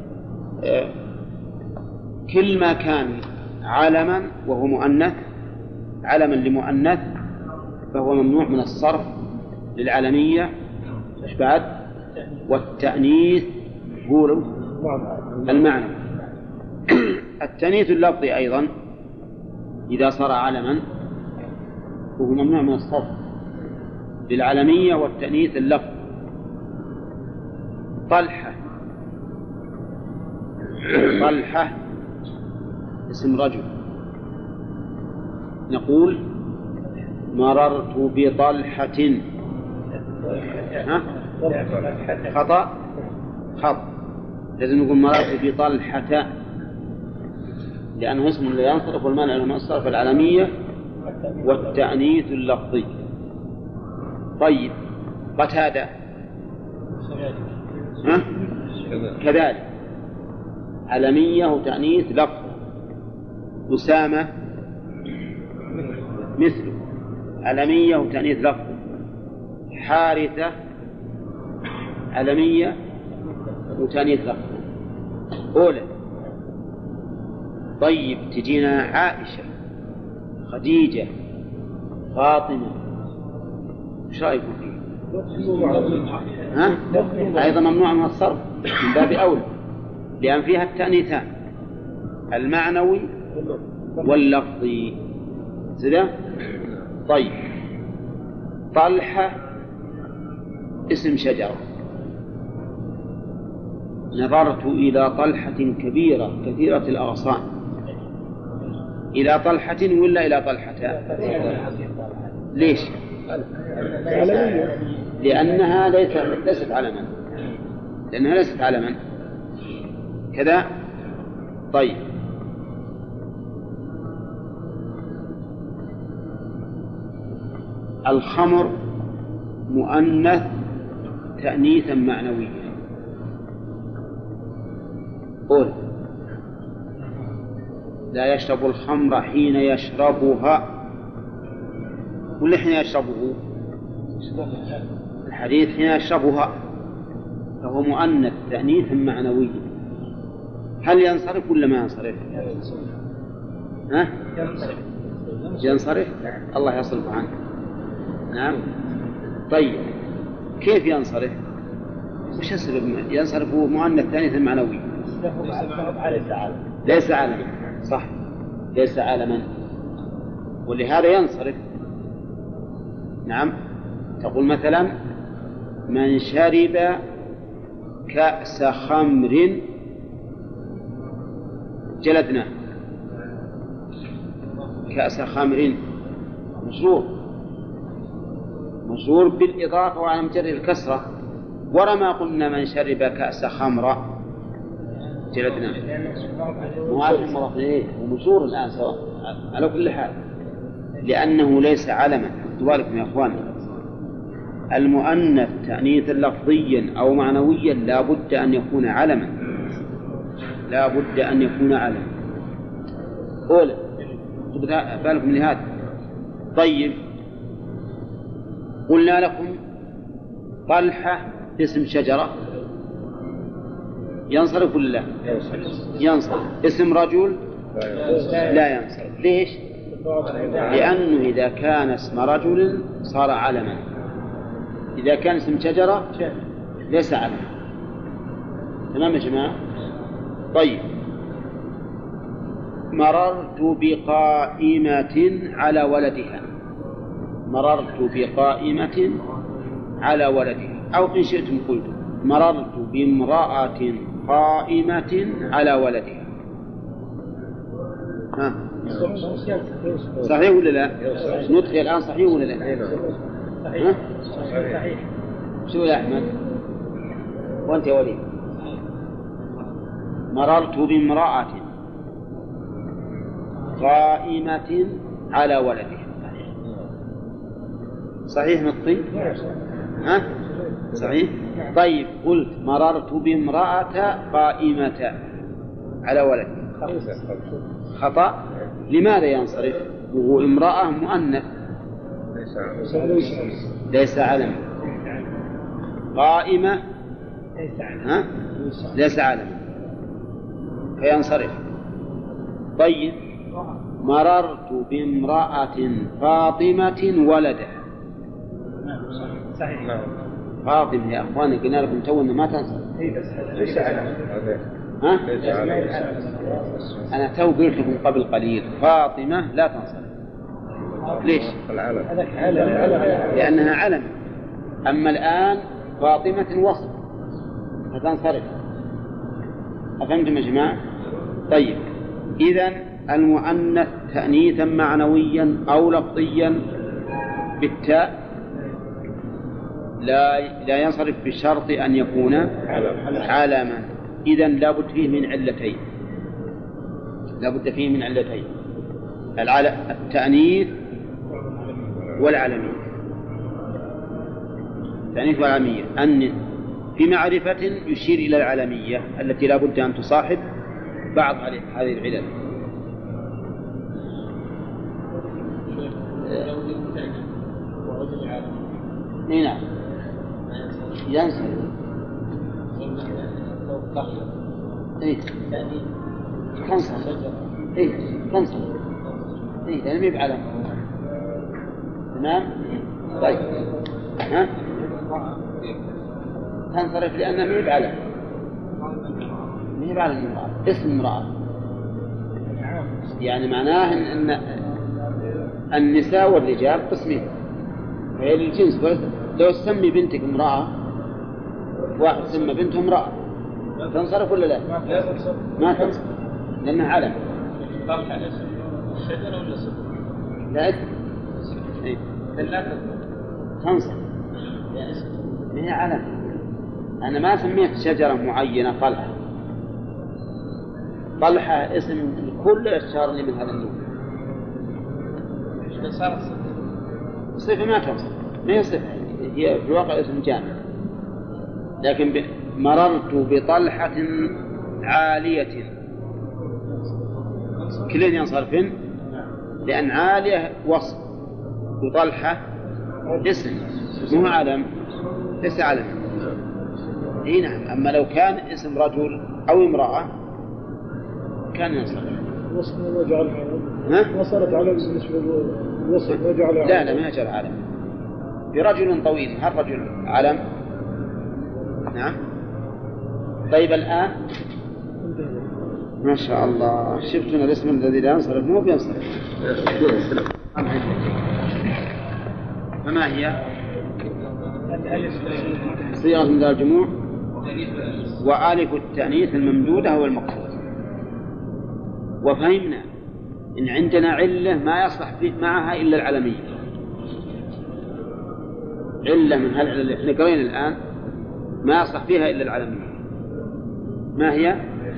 كل ما كان علما وهو مؤنث، علما لمؤنث، فهو ممنوع من الصرف للعالمية إيش بعد؟ والتأنيث قولوا المعنى. التأنيث اللفظي أيضا إذا صار علما فهو ممنوع من الصرف للعالمية والتأنيث اللفظي. طلحة، طلحة اسم رجل، نقول مررت بطلحة. ها؟ خطأ خطأ، لازم نقول مررت بطلحة لأنه اسم لا ينصرف والمانع من الصرف العالمية والتأنيث اللفظي. طيب قتادة ها؟ كذلك علمية وتأنيث لفظ. أسامة مثله علمية وتأنيث لفظ. حارثة علمية وتأنيث لفظ أولى. طيب تجينا عائشة، خديجة، فاطمة، ايش رايكم فيه؟ ها؟ أيضا ممنوع من الصرف من باب أولى لأن فيها التأنيثان المعنوي واللفظي. كذا. طيب طلحة اسم شجرة، نظرت إلى طلحة كبيرة كثيرة الأغصان. إلى طلحة ولا إلى طلحة؟ ليش؟ لأنها ليست علما، لأنها ليست علما كذا. طيب الخمر مؤنث تأنيثا معنويا. قل لا يشرب الخمر حين يشربها ولا حين يشربه؟ الحديث حين يشربها، فهو مؤنث تأنيثا معنويا. هل ينصرف ولا ما ينصرف؟ ها؟ ينصرف. الله يصرف عنه. نعم. طيب كيف ينصرف؟ وش السبب؟ ينصرف مؤنث تأنيثا معنوي، ليس عالما. صح، ليس عالما، ولهذا ينصرف. نعم. تقول مثلا من شرب كأس خمر جلدناه. كأس خمر مجرور، مجرور بالإضافة وعلى مجرد الكسرة. ورا ما قلنا من شرب كأس خمر جلدناه، مؤاخذ مرة إليه ومجرور الآن سواء على كل حال، لأنه ليس علما. خذوا بالكم يا أخوان، المؤنث تأنيثا لفظيا أو معنويا لا بد أن يكون علما، لا بد أن يكون علما. أولا خذوا بالكم لهذا. طيب قلنا لكم طلحة اسم شجرة ينصرف ولا لا؟ ينصرف. اسم رجل لا ينصرف. ليش؟ لأنه إذا كان اسم رجل صار علما، إذا كان اسم شجرة ليس علما. تمام يا جماعة؟ طيب مررت بقائمة على ولدها. مررت بقائمة على ولدها، أو إن شئتم قلت مررت بامرأة قائمة على ولدها. ها صحيح ولا لا؟ نطقي الآن صحيح ولا لا؟ ها؟ شو يا أحمد؟ وأنت يا وليد؟ مررت بامرأة قائمة على ولدها. صحيح نطقي؟ ها؟ صحيح؟ طيب قلت مررت بامرأة قائمة على ولدها، خطأ. لماذا ينصرف؟ وهو امرأة مؤنث ليس علم. قائمة ها؟ ليس علم فينصرف. طيب مررت بامرأة فاطمة ولدها. صحيح. فاطمة يا أخواني قلنا لكم تو إنه ما تنصرف. ها؟ أنا تو قلت لكم قبل قليل فاطمة لا تنصرف. ليش؟ لأنها علم. أما الآن فاطمة وصف فتنصرف. أفهمتم يا جماعة؟ طيب إذن المؤنث تأنيثا معنويا أو لفظيا بالتاء لا لا ينصرف بشرط أن يكون علما. إذن لابد فيه من علتين، لابد فيه من علتين: التأنيث والعلمية. التأنيث والعلمية أن في معرفة يشير إلى العلمية التي لابد أن تصاحب بعض هذه العلل. نعم ينصر. إيه تنصر. إيه تنصر. إيه لأنه ما بعلم. تمام. طيب ها تنصرف لأنه ما بعلم. ما بعلم امرأة، اسم امرأة، يعني معناه إن, إن النساء والرجال قسمين غير الجنس. لو تسمي بنتك امرأة، واحد سمى بنته امرأة، تنصرف ولا لا؟ ما تنصرف لأنها علم. لا اسم. إيه؟ تنصرف ما هي علم. أنا ما سميت شجرة معينة طلحة. طلحة اسم كل الأشجار اللي من هذا النوع. صفة ما تنصرف، ما هي صفة، هي في الواقع اسم جامع. لكن مررت بطلحة عالية كلين ينصرفن، لأن عالية وصف وطلحة اسم مو علم، ليس علم. اي نعم. أما لو كان اسم رجل أو امرأة كان ينصرف. وصف ما جعل علم. ها؟ وصلت علم بالنسبة للوصف ما جعل علم. لا لا ما جعل علم. برجل طويل هل رجل علم؟ نعم. طيب الآن ما شاء الله شفتنا الاسم الذي لا ينصرف مو بينصرف. فما هي؟ صيغة من الجموع وآلف التأنيث الممدودة هو المقصود. وفهمنا إن عندنا علة ما يصلح معها إلا العلمية. علة من هالعلة اللي احنا قرينا الآن ما يصلح فيها إلا العلمية. ما هي؟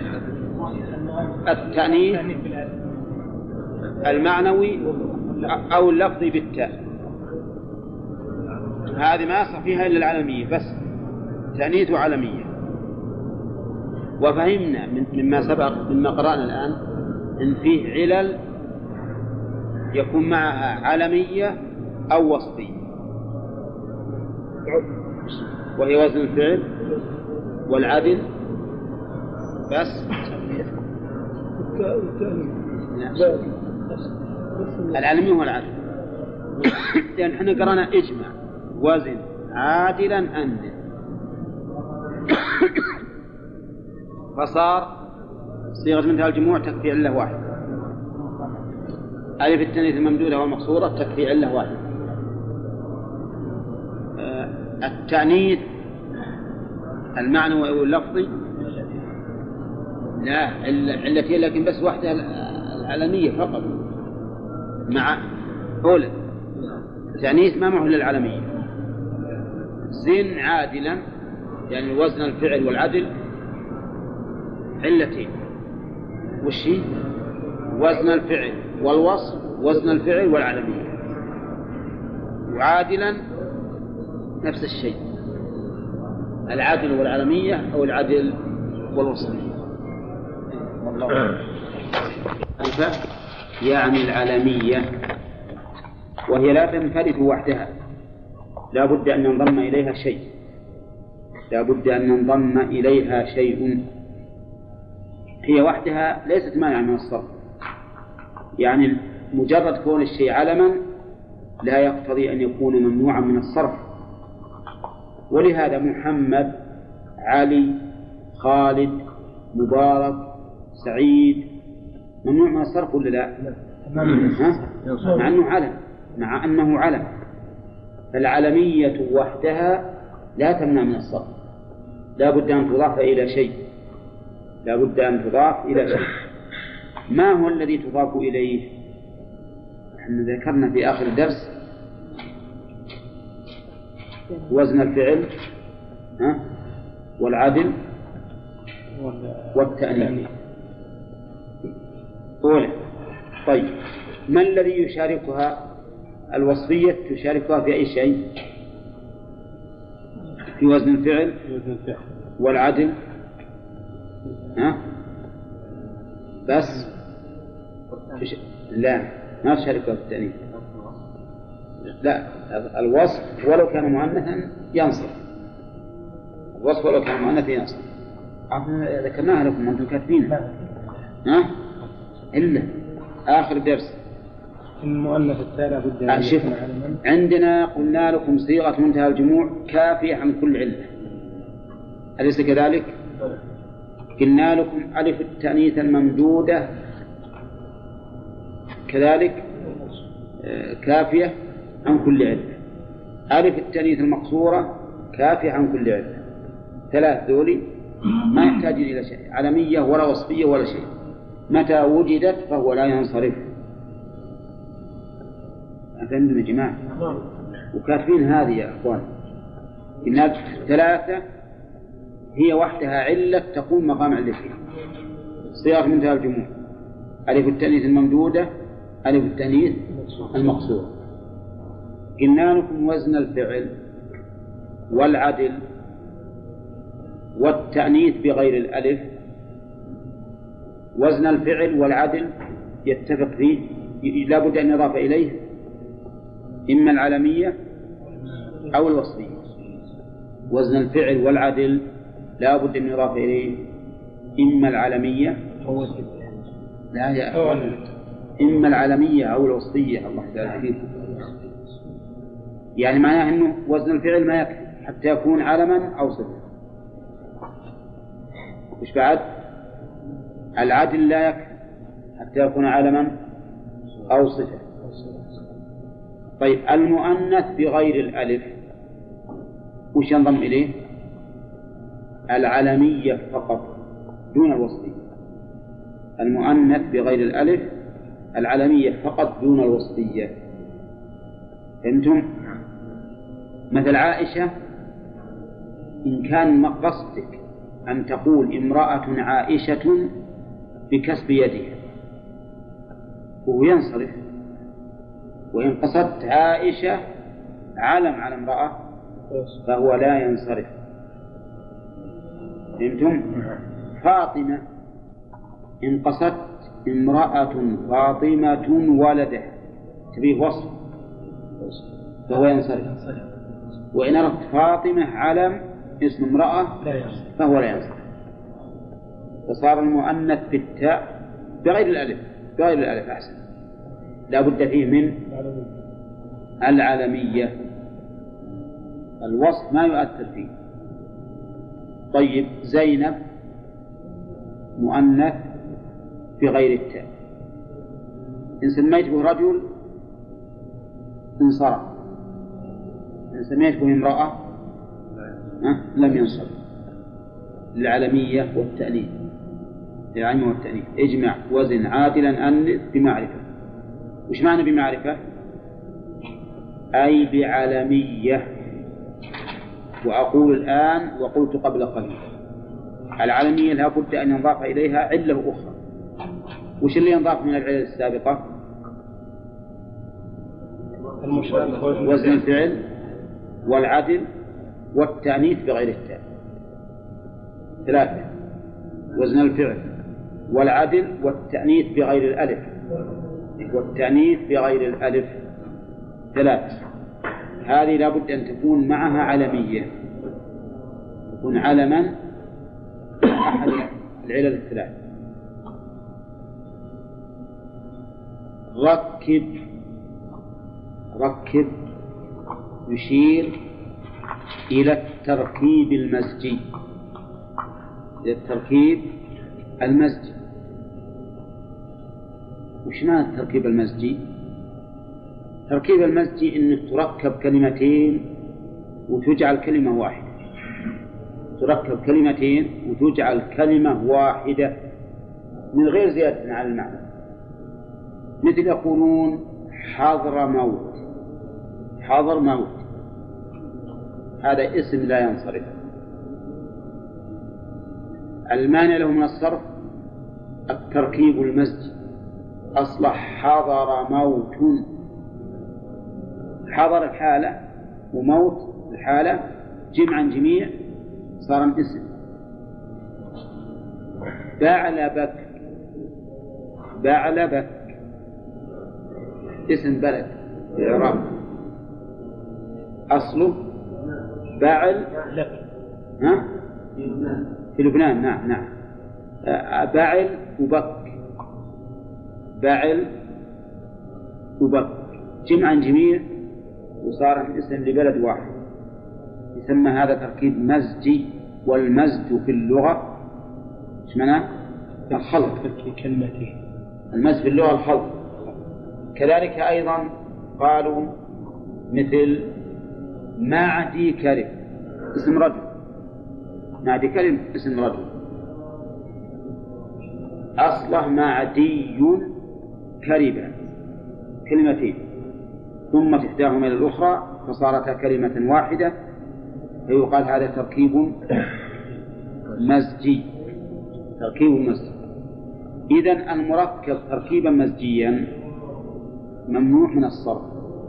التأنيث المعنوي أو اللفظي بالتاء، هذه ما يصلح فيها إلا العلمية بس، تأنيث وعلمية. وفهمنا مما سبق مما قرأنا الآن إن فيه علل يكون معها علمية أو وصفية، وهي وزن الفعل والعدل بس. العلمية والعدل، لأن احنا قرأنا اجمع وزن عادلا أنه، فصار صيغة منتهى الجموع تكفي علة واحدة. ألف التأنيث الممدودة والمقصورة تكفي علة واحدة. التأنيث المعنوي واللفظي لا علتين، لكن بس واحدة العلمية فقط مع أولى. التأنيث ما معه إلا العلمية. زن عادلا يعني وزن الفعل والعدل علتين، وش هي؟ وزن الفعل والوصف، وزن الفعل والعلمية. وعادلا نفس الشيء، العدل والعلمية أو العدل والوصفية. والله أنت يعني العلمية، وهي لا تنفرد وحدها، لا بد أن ينضم إليها شيء، لا بد أن ينضم إليها شيء. هي وحدها ليست مانعة من الصرف، يعني مجرد كون الشيء علما لا يقتضي أن يكون ممنوعا من الصرف. ولهذا محمد، علي، خالد، مبارك، سعيد ممنوع من الصرف ولا لا؟ مع أنه علم، مع أنه علم. فالعلمية وحدها لا تمنع من الصرف، لا بد أن تضاف إلى شيء، لا بد أن تضاف إلى شيء. ما هو الذي تضاف إليه؟ نحن ذكرنا في آخر الدرس وزن الفعل ها؟ والعدل والتأنيث أولى. طيب ما الذي يشاركها؟ الوصفية تشاركها في أي شيء؟ في وزن الفعل والعدل ها؟ بس لا، ما تشاركها في التأنيث. لا، الوصف ولو كان مؤنثا ينصب، الوصف ولو كان مؤنثا ينصب. ذكرناها لكم وانتم كاتبينها ها؟ إلا آخر درس المؤنث التالي بد أن يكون علما. عندنا قلنا لكم صيغة منتهى الجموع كافية عن كل علة، أليس كذلك؟ قلنا لكم ألف التأنيث الممدودة كذلك كافية عن كل علة، ألف التأنيث المقصورة كافية عن كل علة. ثلاث ذولي ما يحتاجون إلى شيء، علمية ولا وصفية ولا شيء، متى وجدت فهو لا ينصرف. أفهمتم يا جماعة؟ وكاتبين هذه يا أخوان، إن ثلاثة هي وحدها علة تقوم مقام علتين. صيغة منتهى الجموع ألف التأنيث الممدودة، ألف التأنيث المقصورة. قلنا لكم وزن الفعل والعدل والتأنيث بغير الألف. وزن الفعل والعدل يتفق فيه، لا بد أن يضاف إليه إما العلمية أو الوصفية. وزن الفعل والعدل لا بد أن يضاف إليه إما العلمية لا يا أخوان، إما العلمية أو الوصفية. الله تعالى فيكم، يعني معناه أنه وزن الفعل ما يكفي حتى يكون علما أو صفة. وش بعد؟ العدل لا يكفي حتى يكون علما أو صفة. طيب المؤنث بغير الألف وش ينضم إليه؟ العلمية فقط دون الوصفية. المؤنث بغير الألف العلمية فقط دون الوصفية. فهمتم؟ مثل عائشة، إن كان قصدك أن تقول امرأة عائشة بكسب يدها وهو ينصرف، وإن قصدت عائشة علم على امرأة فهو لا ينصرف. فهمتم؟ فاطمة إن قصدت امرأة فاطمة ولدها تبيه وصف فهو ينصرف. وإن أردت فاطمة علم اسم امرأة فهو لا ينصرف. فصار المؤنث بالتاء بغير الألف بغير الألف أحسن، لا بد فيه من العلمية، الوصف ما يؤثر فيه. طيب زينب مؤنث بغير التاء، إن سميته رجل انصرف، إن سميته امرأة لم ينصرف. العلمية والتأنيث، العلم والتأنيث اجمع وزن عادلا أنث بمعرفة. وش معنى بمعرفة؟ أي بعلمية. وأقول الآن وقلت قبل قليل العلمية لا بد أن ينضاف إليها علة أخرى. وش اللي ينضاف من العلة السابقة؟ وزن الفعل والعدل والتأنيث بغير التاء. ثلاثة: وزن الفعل والعدل والتأنيث بغير الألف والتأنيث بغير الألف. ثلاثة، هذه لا بد أن تكون معها علمية، تكون علما أحد العلل الثلاث. ركب، ركب يشير إلى التركيب المزجي، إلى التركيب المزجي. وش معنى التركيب المزجي؟ التركيب المزجي إنك تركب كلمتين وتجعل كلمة واحدة، تركب كلمتين وتجعل كلمة واحدة من غير زيادة على المعنى. مثل يقولون حضر موت، حضر موت، هذا اسم لا ينصرف. المانع له من الصرف التركيب المزجي، أصلح حضر موت، حضر الحالة وموت الحالة جمعا جميع صار اسم. بعلبك، بعلبك اسم بلد في العراق، أصله بعل ها؟ في لبنان. نعم نعم بعل وبك، بعل وبك جمعا جميع وصار اسم لبلد واحد، يسمى هذا تركيب مزجي. والمزج في اللغة ايش معناه؟ الخلط، كلمتين. المزج في اللغة الخلط. كذلك أيضا قالوا مثل معدي كرب اسم رجل، معدي كرب اسم رجل، أصله معدي كربا، كلمتين ثم إحداهما إلى الأخرى فصارتا كلمة واحدة، فيقال هذا تركيب مزجي، تركيب مزجي. إذن المركب تركيبا مزجيا ممنوع من الصرف.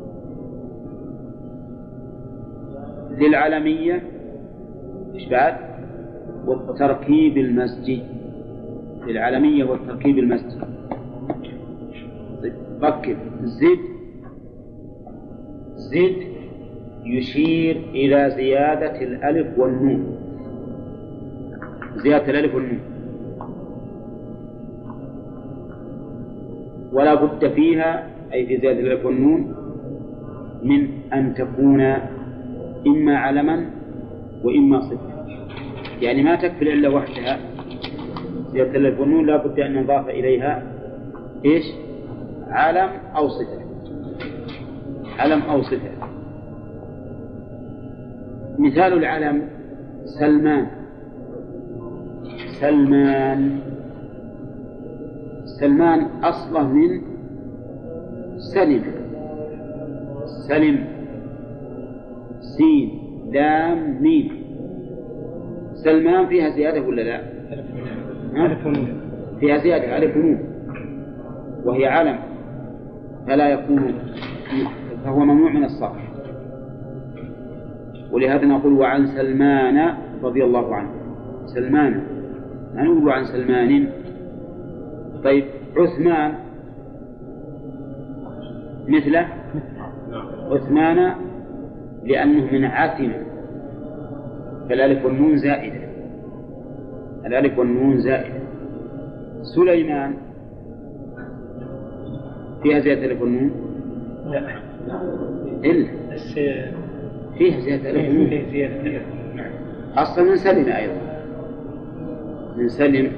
للعلمية إيش بعد؟ والتركيب المزجي، للعلمية والتركيب المزجي. ركب زد، زد يشير إلى زيادة الألف والنون، زيادة الألف والنون، ولا بد فيها أي في زيادة الألف والنون من أن تكون إما علما وإما صفة. يعني ما تكفي العلة وحدها، زيادة الألف والنون لا بد أن نضاف إليها إيش؟ علم أو صفة، علم أو صفة. مثال العلم سلمان، سلمان، سلمان أصله من سلم، سلم سين لام ميم. سلمان فيها زيادة ولا لا؟ ألف ونون، فيها زيادة ألف ونون، وهي علم فلا يكون، فهو ممنوع من الصرف. ولهذا نقول وعن سلمان رضي الله عنه، سلمان ما نقول عن سلمان. طيب عثمان، مثله عثمان لأنه من عتم، فالألف والنون زائدة، الألف والنون زائدة. سليمان فيها زيادة الألف والنون؟ لا إلا بس فيها زيادة الألف والنون. فيه زيادة. أصلا من سلم أيضا، من سلم،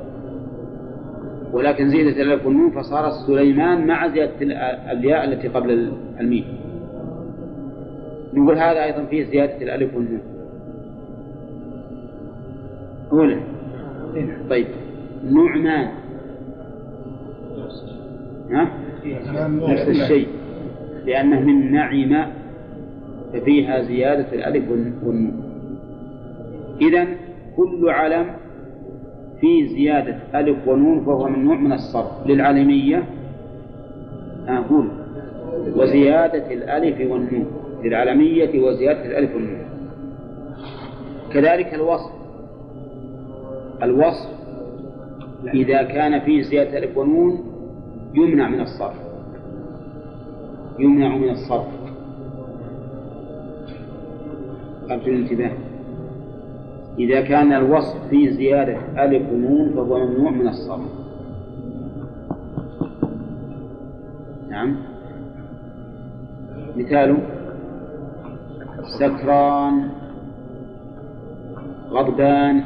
ولكن زيادة الألف والنون فصارت سليمان مع زيادة الياء التي قبل الميم. نقول هذا أيضا فيه زيادة الألف والنون. أولا طيب نعمان ها؟ نفس الشيء، لأنه من نعم ففيها زيادة الألف والنون. إذن كل علم فيه زيادة ألف ونون فهو من نوع من الصرف. للعلمية أقول وزيادة الألف والنون، للعلمية وزيادة الألف والنون. كذلك الوصف، الوصف إذا كان فيه زيادة ألف ونون يمنع من الصرف، يمنع من الصرف. أرجو الانتباه، إذا كان الوصف فيه زيادة ألف ونون فهو ممنوع من الصرف. نعم، مثاله سكران، غضبان.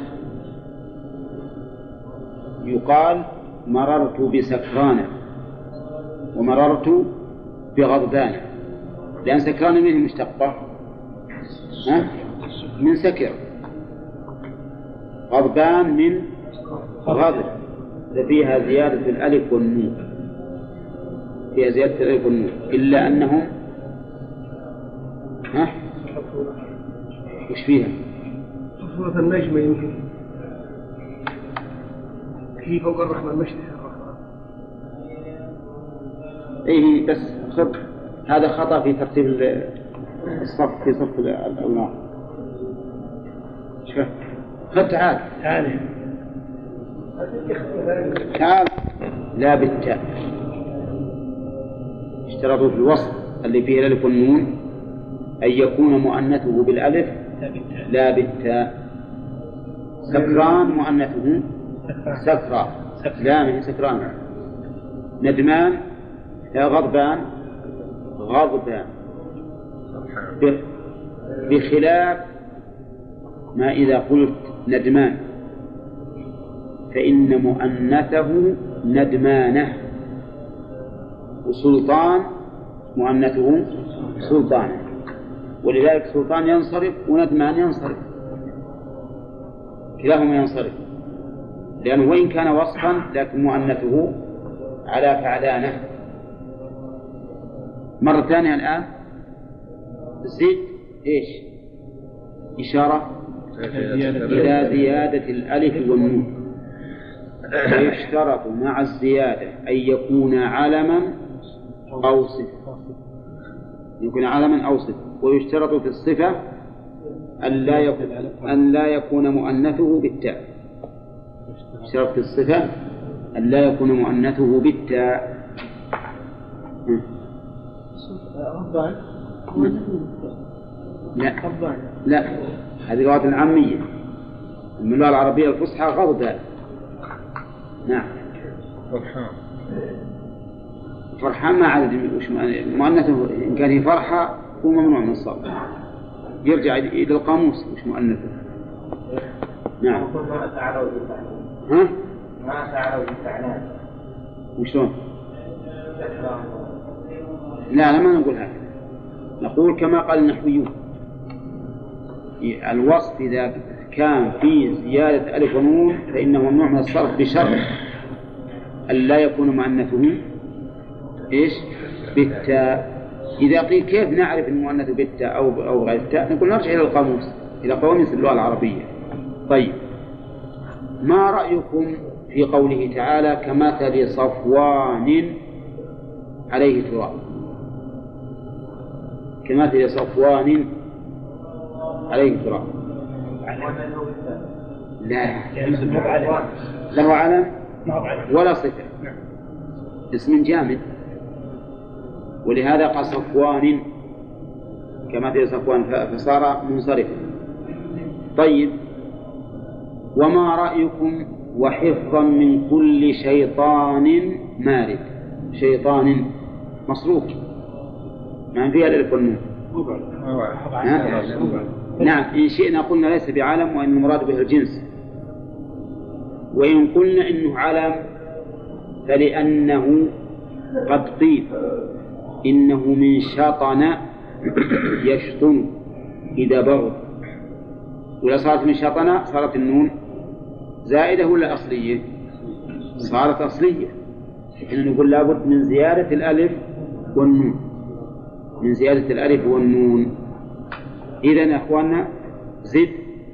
يقال مررت بسكران ومررت بغضبان، لأن سكران منه مشتقة من سكر، غضبان من غاضب، فيها زيادة الألف والنون، فيها زيادة الألف والنون، إلا أنهم ها وش فيها؟ سورة النجم يمكن في فوق الرحمن مشرق الرحمن. إيه بس خط هذا خطأ في ترتيب الصف، في صف الأنوار. شوف خط تعال تعال تعال لا بالتاء. اشترطوا في الوصف اللي فيه الألف والنون أن يكون مؤنثه بالألف لا بالتاء. سكران مؤنثه سكران، لا من سكران. ندمان لا، غضبان غضبان، بخلاف ما إذا قلت ندمان فإن مؤنثه ندمانه، وسلطان مؤنثه سلطان، ولذلك سلطان ينصرف وندمان ينصرف، كلاهما ينصرف، لأنه وإن كان وصفا لكن مؤنثه على فعلانه. مرة ثانية الآن زد إيش؟ إشارة إلى زيادة الألف والنون. ويشترط مع الزيادة أن يكون علما أو صفة، يكون علما أو صفة. ويشترط في الصفة أن لا يكون, أن لا يكون مؤنثه بالتاء. يشترط في الصفة أن لا يكون مؤنثه بالتاء. لا لا، هذه لغة العامية. من اللغة العربية الفصحى غضبان. نعم. فرحان، فرحان ما عاد وش مؤنثه، إن كان هي فرحة هو ممنوع من الصرف، يرجع إلى القاموس وش مؤنثه. نعم. ها؟ ما تعرف التعنان وشلون؟ لا لا ما نقول هذا، نقول كما قال النحويون الوصف إذا كان فيه زيادة ألف ونون فإنه ممنوع من الصرف بشرط أن لا يكون مؤنثه إيش؟ بالتاء. إذا قيل كيف نعرف أن مؤنث بالتاء أو أو غير التاء، نقول نرجع إلى القاموس، إلى قواميس اللغة العربية. طيب، ما رأيكم في قوله تعالى كمثل صفوان عليه تراب؟ كمثل صفوان عليه تراب. لا، له علم ولا صفة، اسم جامد. ولهذا قال صفوان كما في صفوان فصار منصرفا. طيب، وما رأيكم وحفظا من كل شيطان مارد؟ شيطان مصروف ما فيها الألف والنون. نعم، إن شئنا قلنا ليس بعلم وإن المراد به الجنس، وإن قلنا إنه علم فلأنه قد قيل إنه من شطن يشطن إذا برد، وإذا صارت من شطن صارت النون زائدة ولا أصلية؟ صارت أصلية. إحنا نقول لابد من زيادة الألف والنون، من زيادة الألف والنون. إذن يا أخواننا زد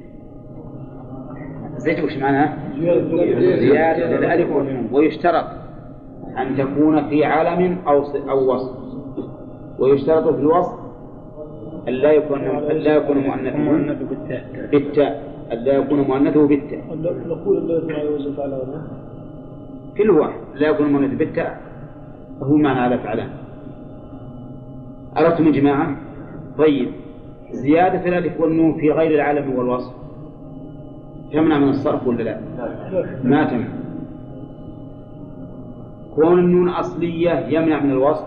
زد وش معناها؟ زيادة الألف والنون. ويشترط أن تكون في علم أو أو وصف، ويشترط في الوصف أن لا يكون أن لا يكون مؤنثه بالتاء، أن لا يكون مؤنثه بالتاء. نقول لا يوصف على كل واحد لا يكون مؤنث بالتاء هو معنى على فعلان. عرفتم يا جماعة؟ طيب، زيادة الألف والنون في غير العلم والوصف تمنع من الصرف ولا لا؟ ما تمنع. كون النون أصلية يمنع من الوصف؟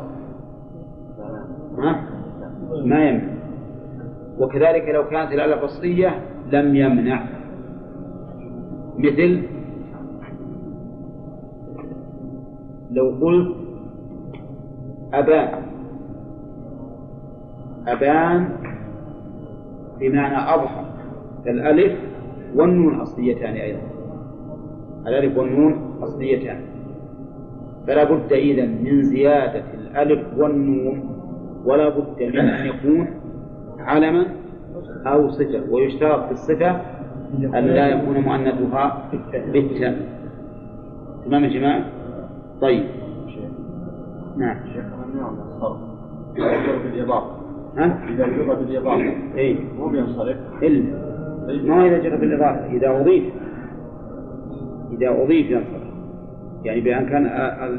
ها؟ ما يمنع. وكذلك لو كانت الألف أصلية لم يمنع. مثل لو قلت أبان، أبان بمعنى أظهر، الألف والنون أصليتان أيضا، الألف والنون أصليتان، فلا بد إذن من زيادة الألف والنون، ولا بد من أن يكون علما أو صفة. ويشترط في الصفة أن لا يكون مؤنثها بالتاء. تمام يا جماعة؟ طيب، نعم. إذا بالإضافة ها؟ إذا جرى بالإضافة إيه؟ مو بينصرف إلا ما إذا جرى بالإضافة، إذا أضيف إذا أضيف ينصرف، يعني بأن كان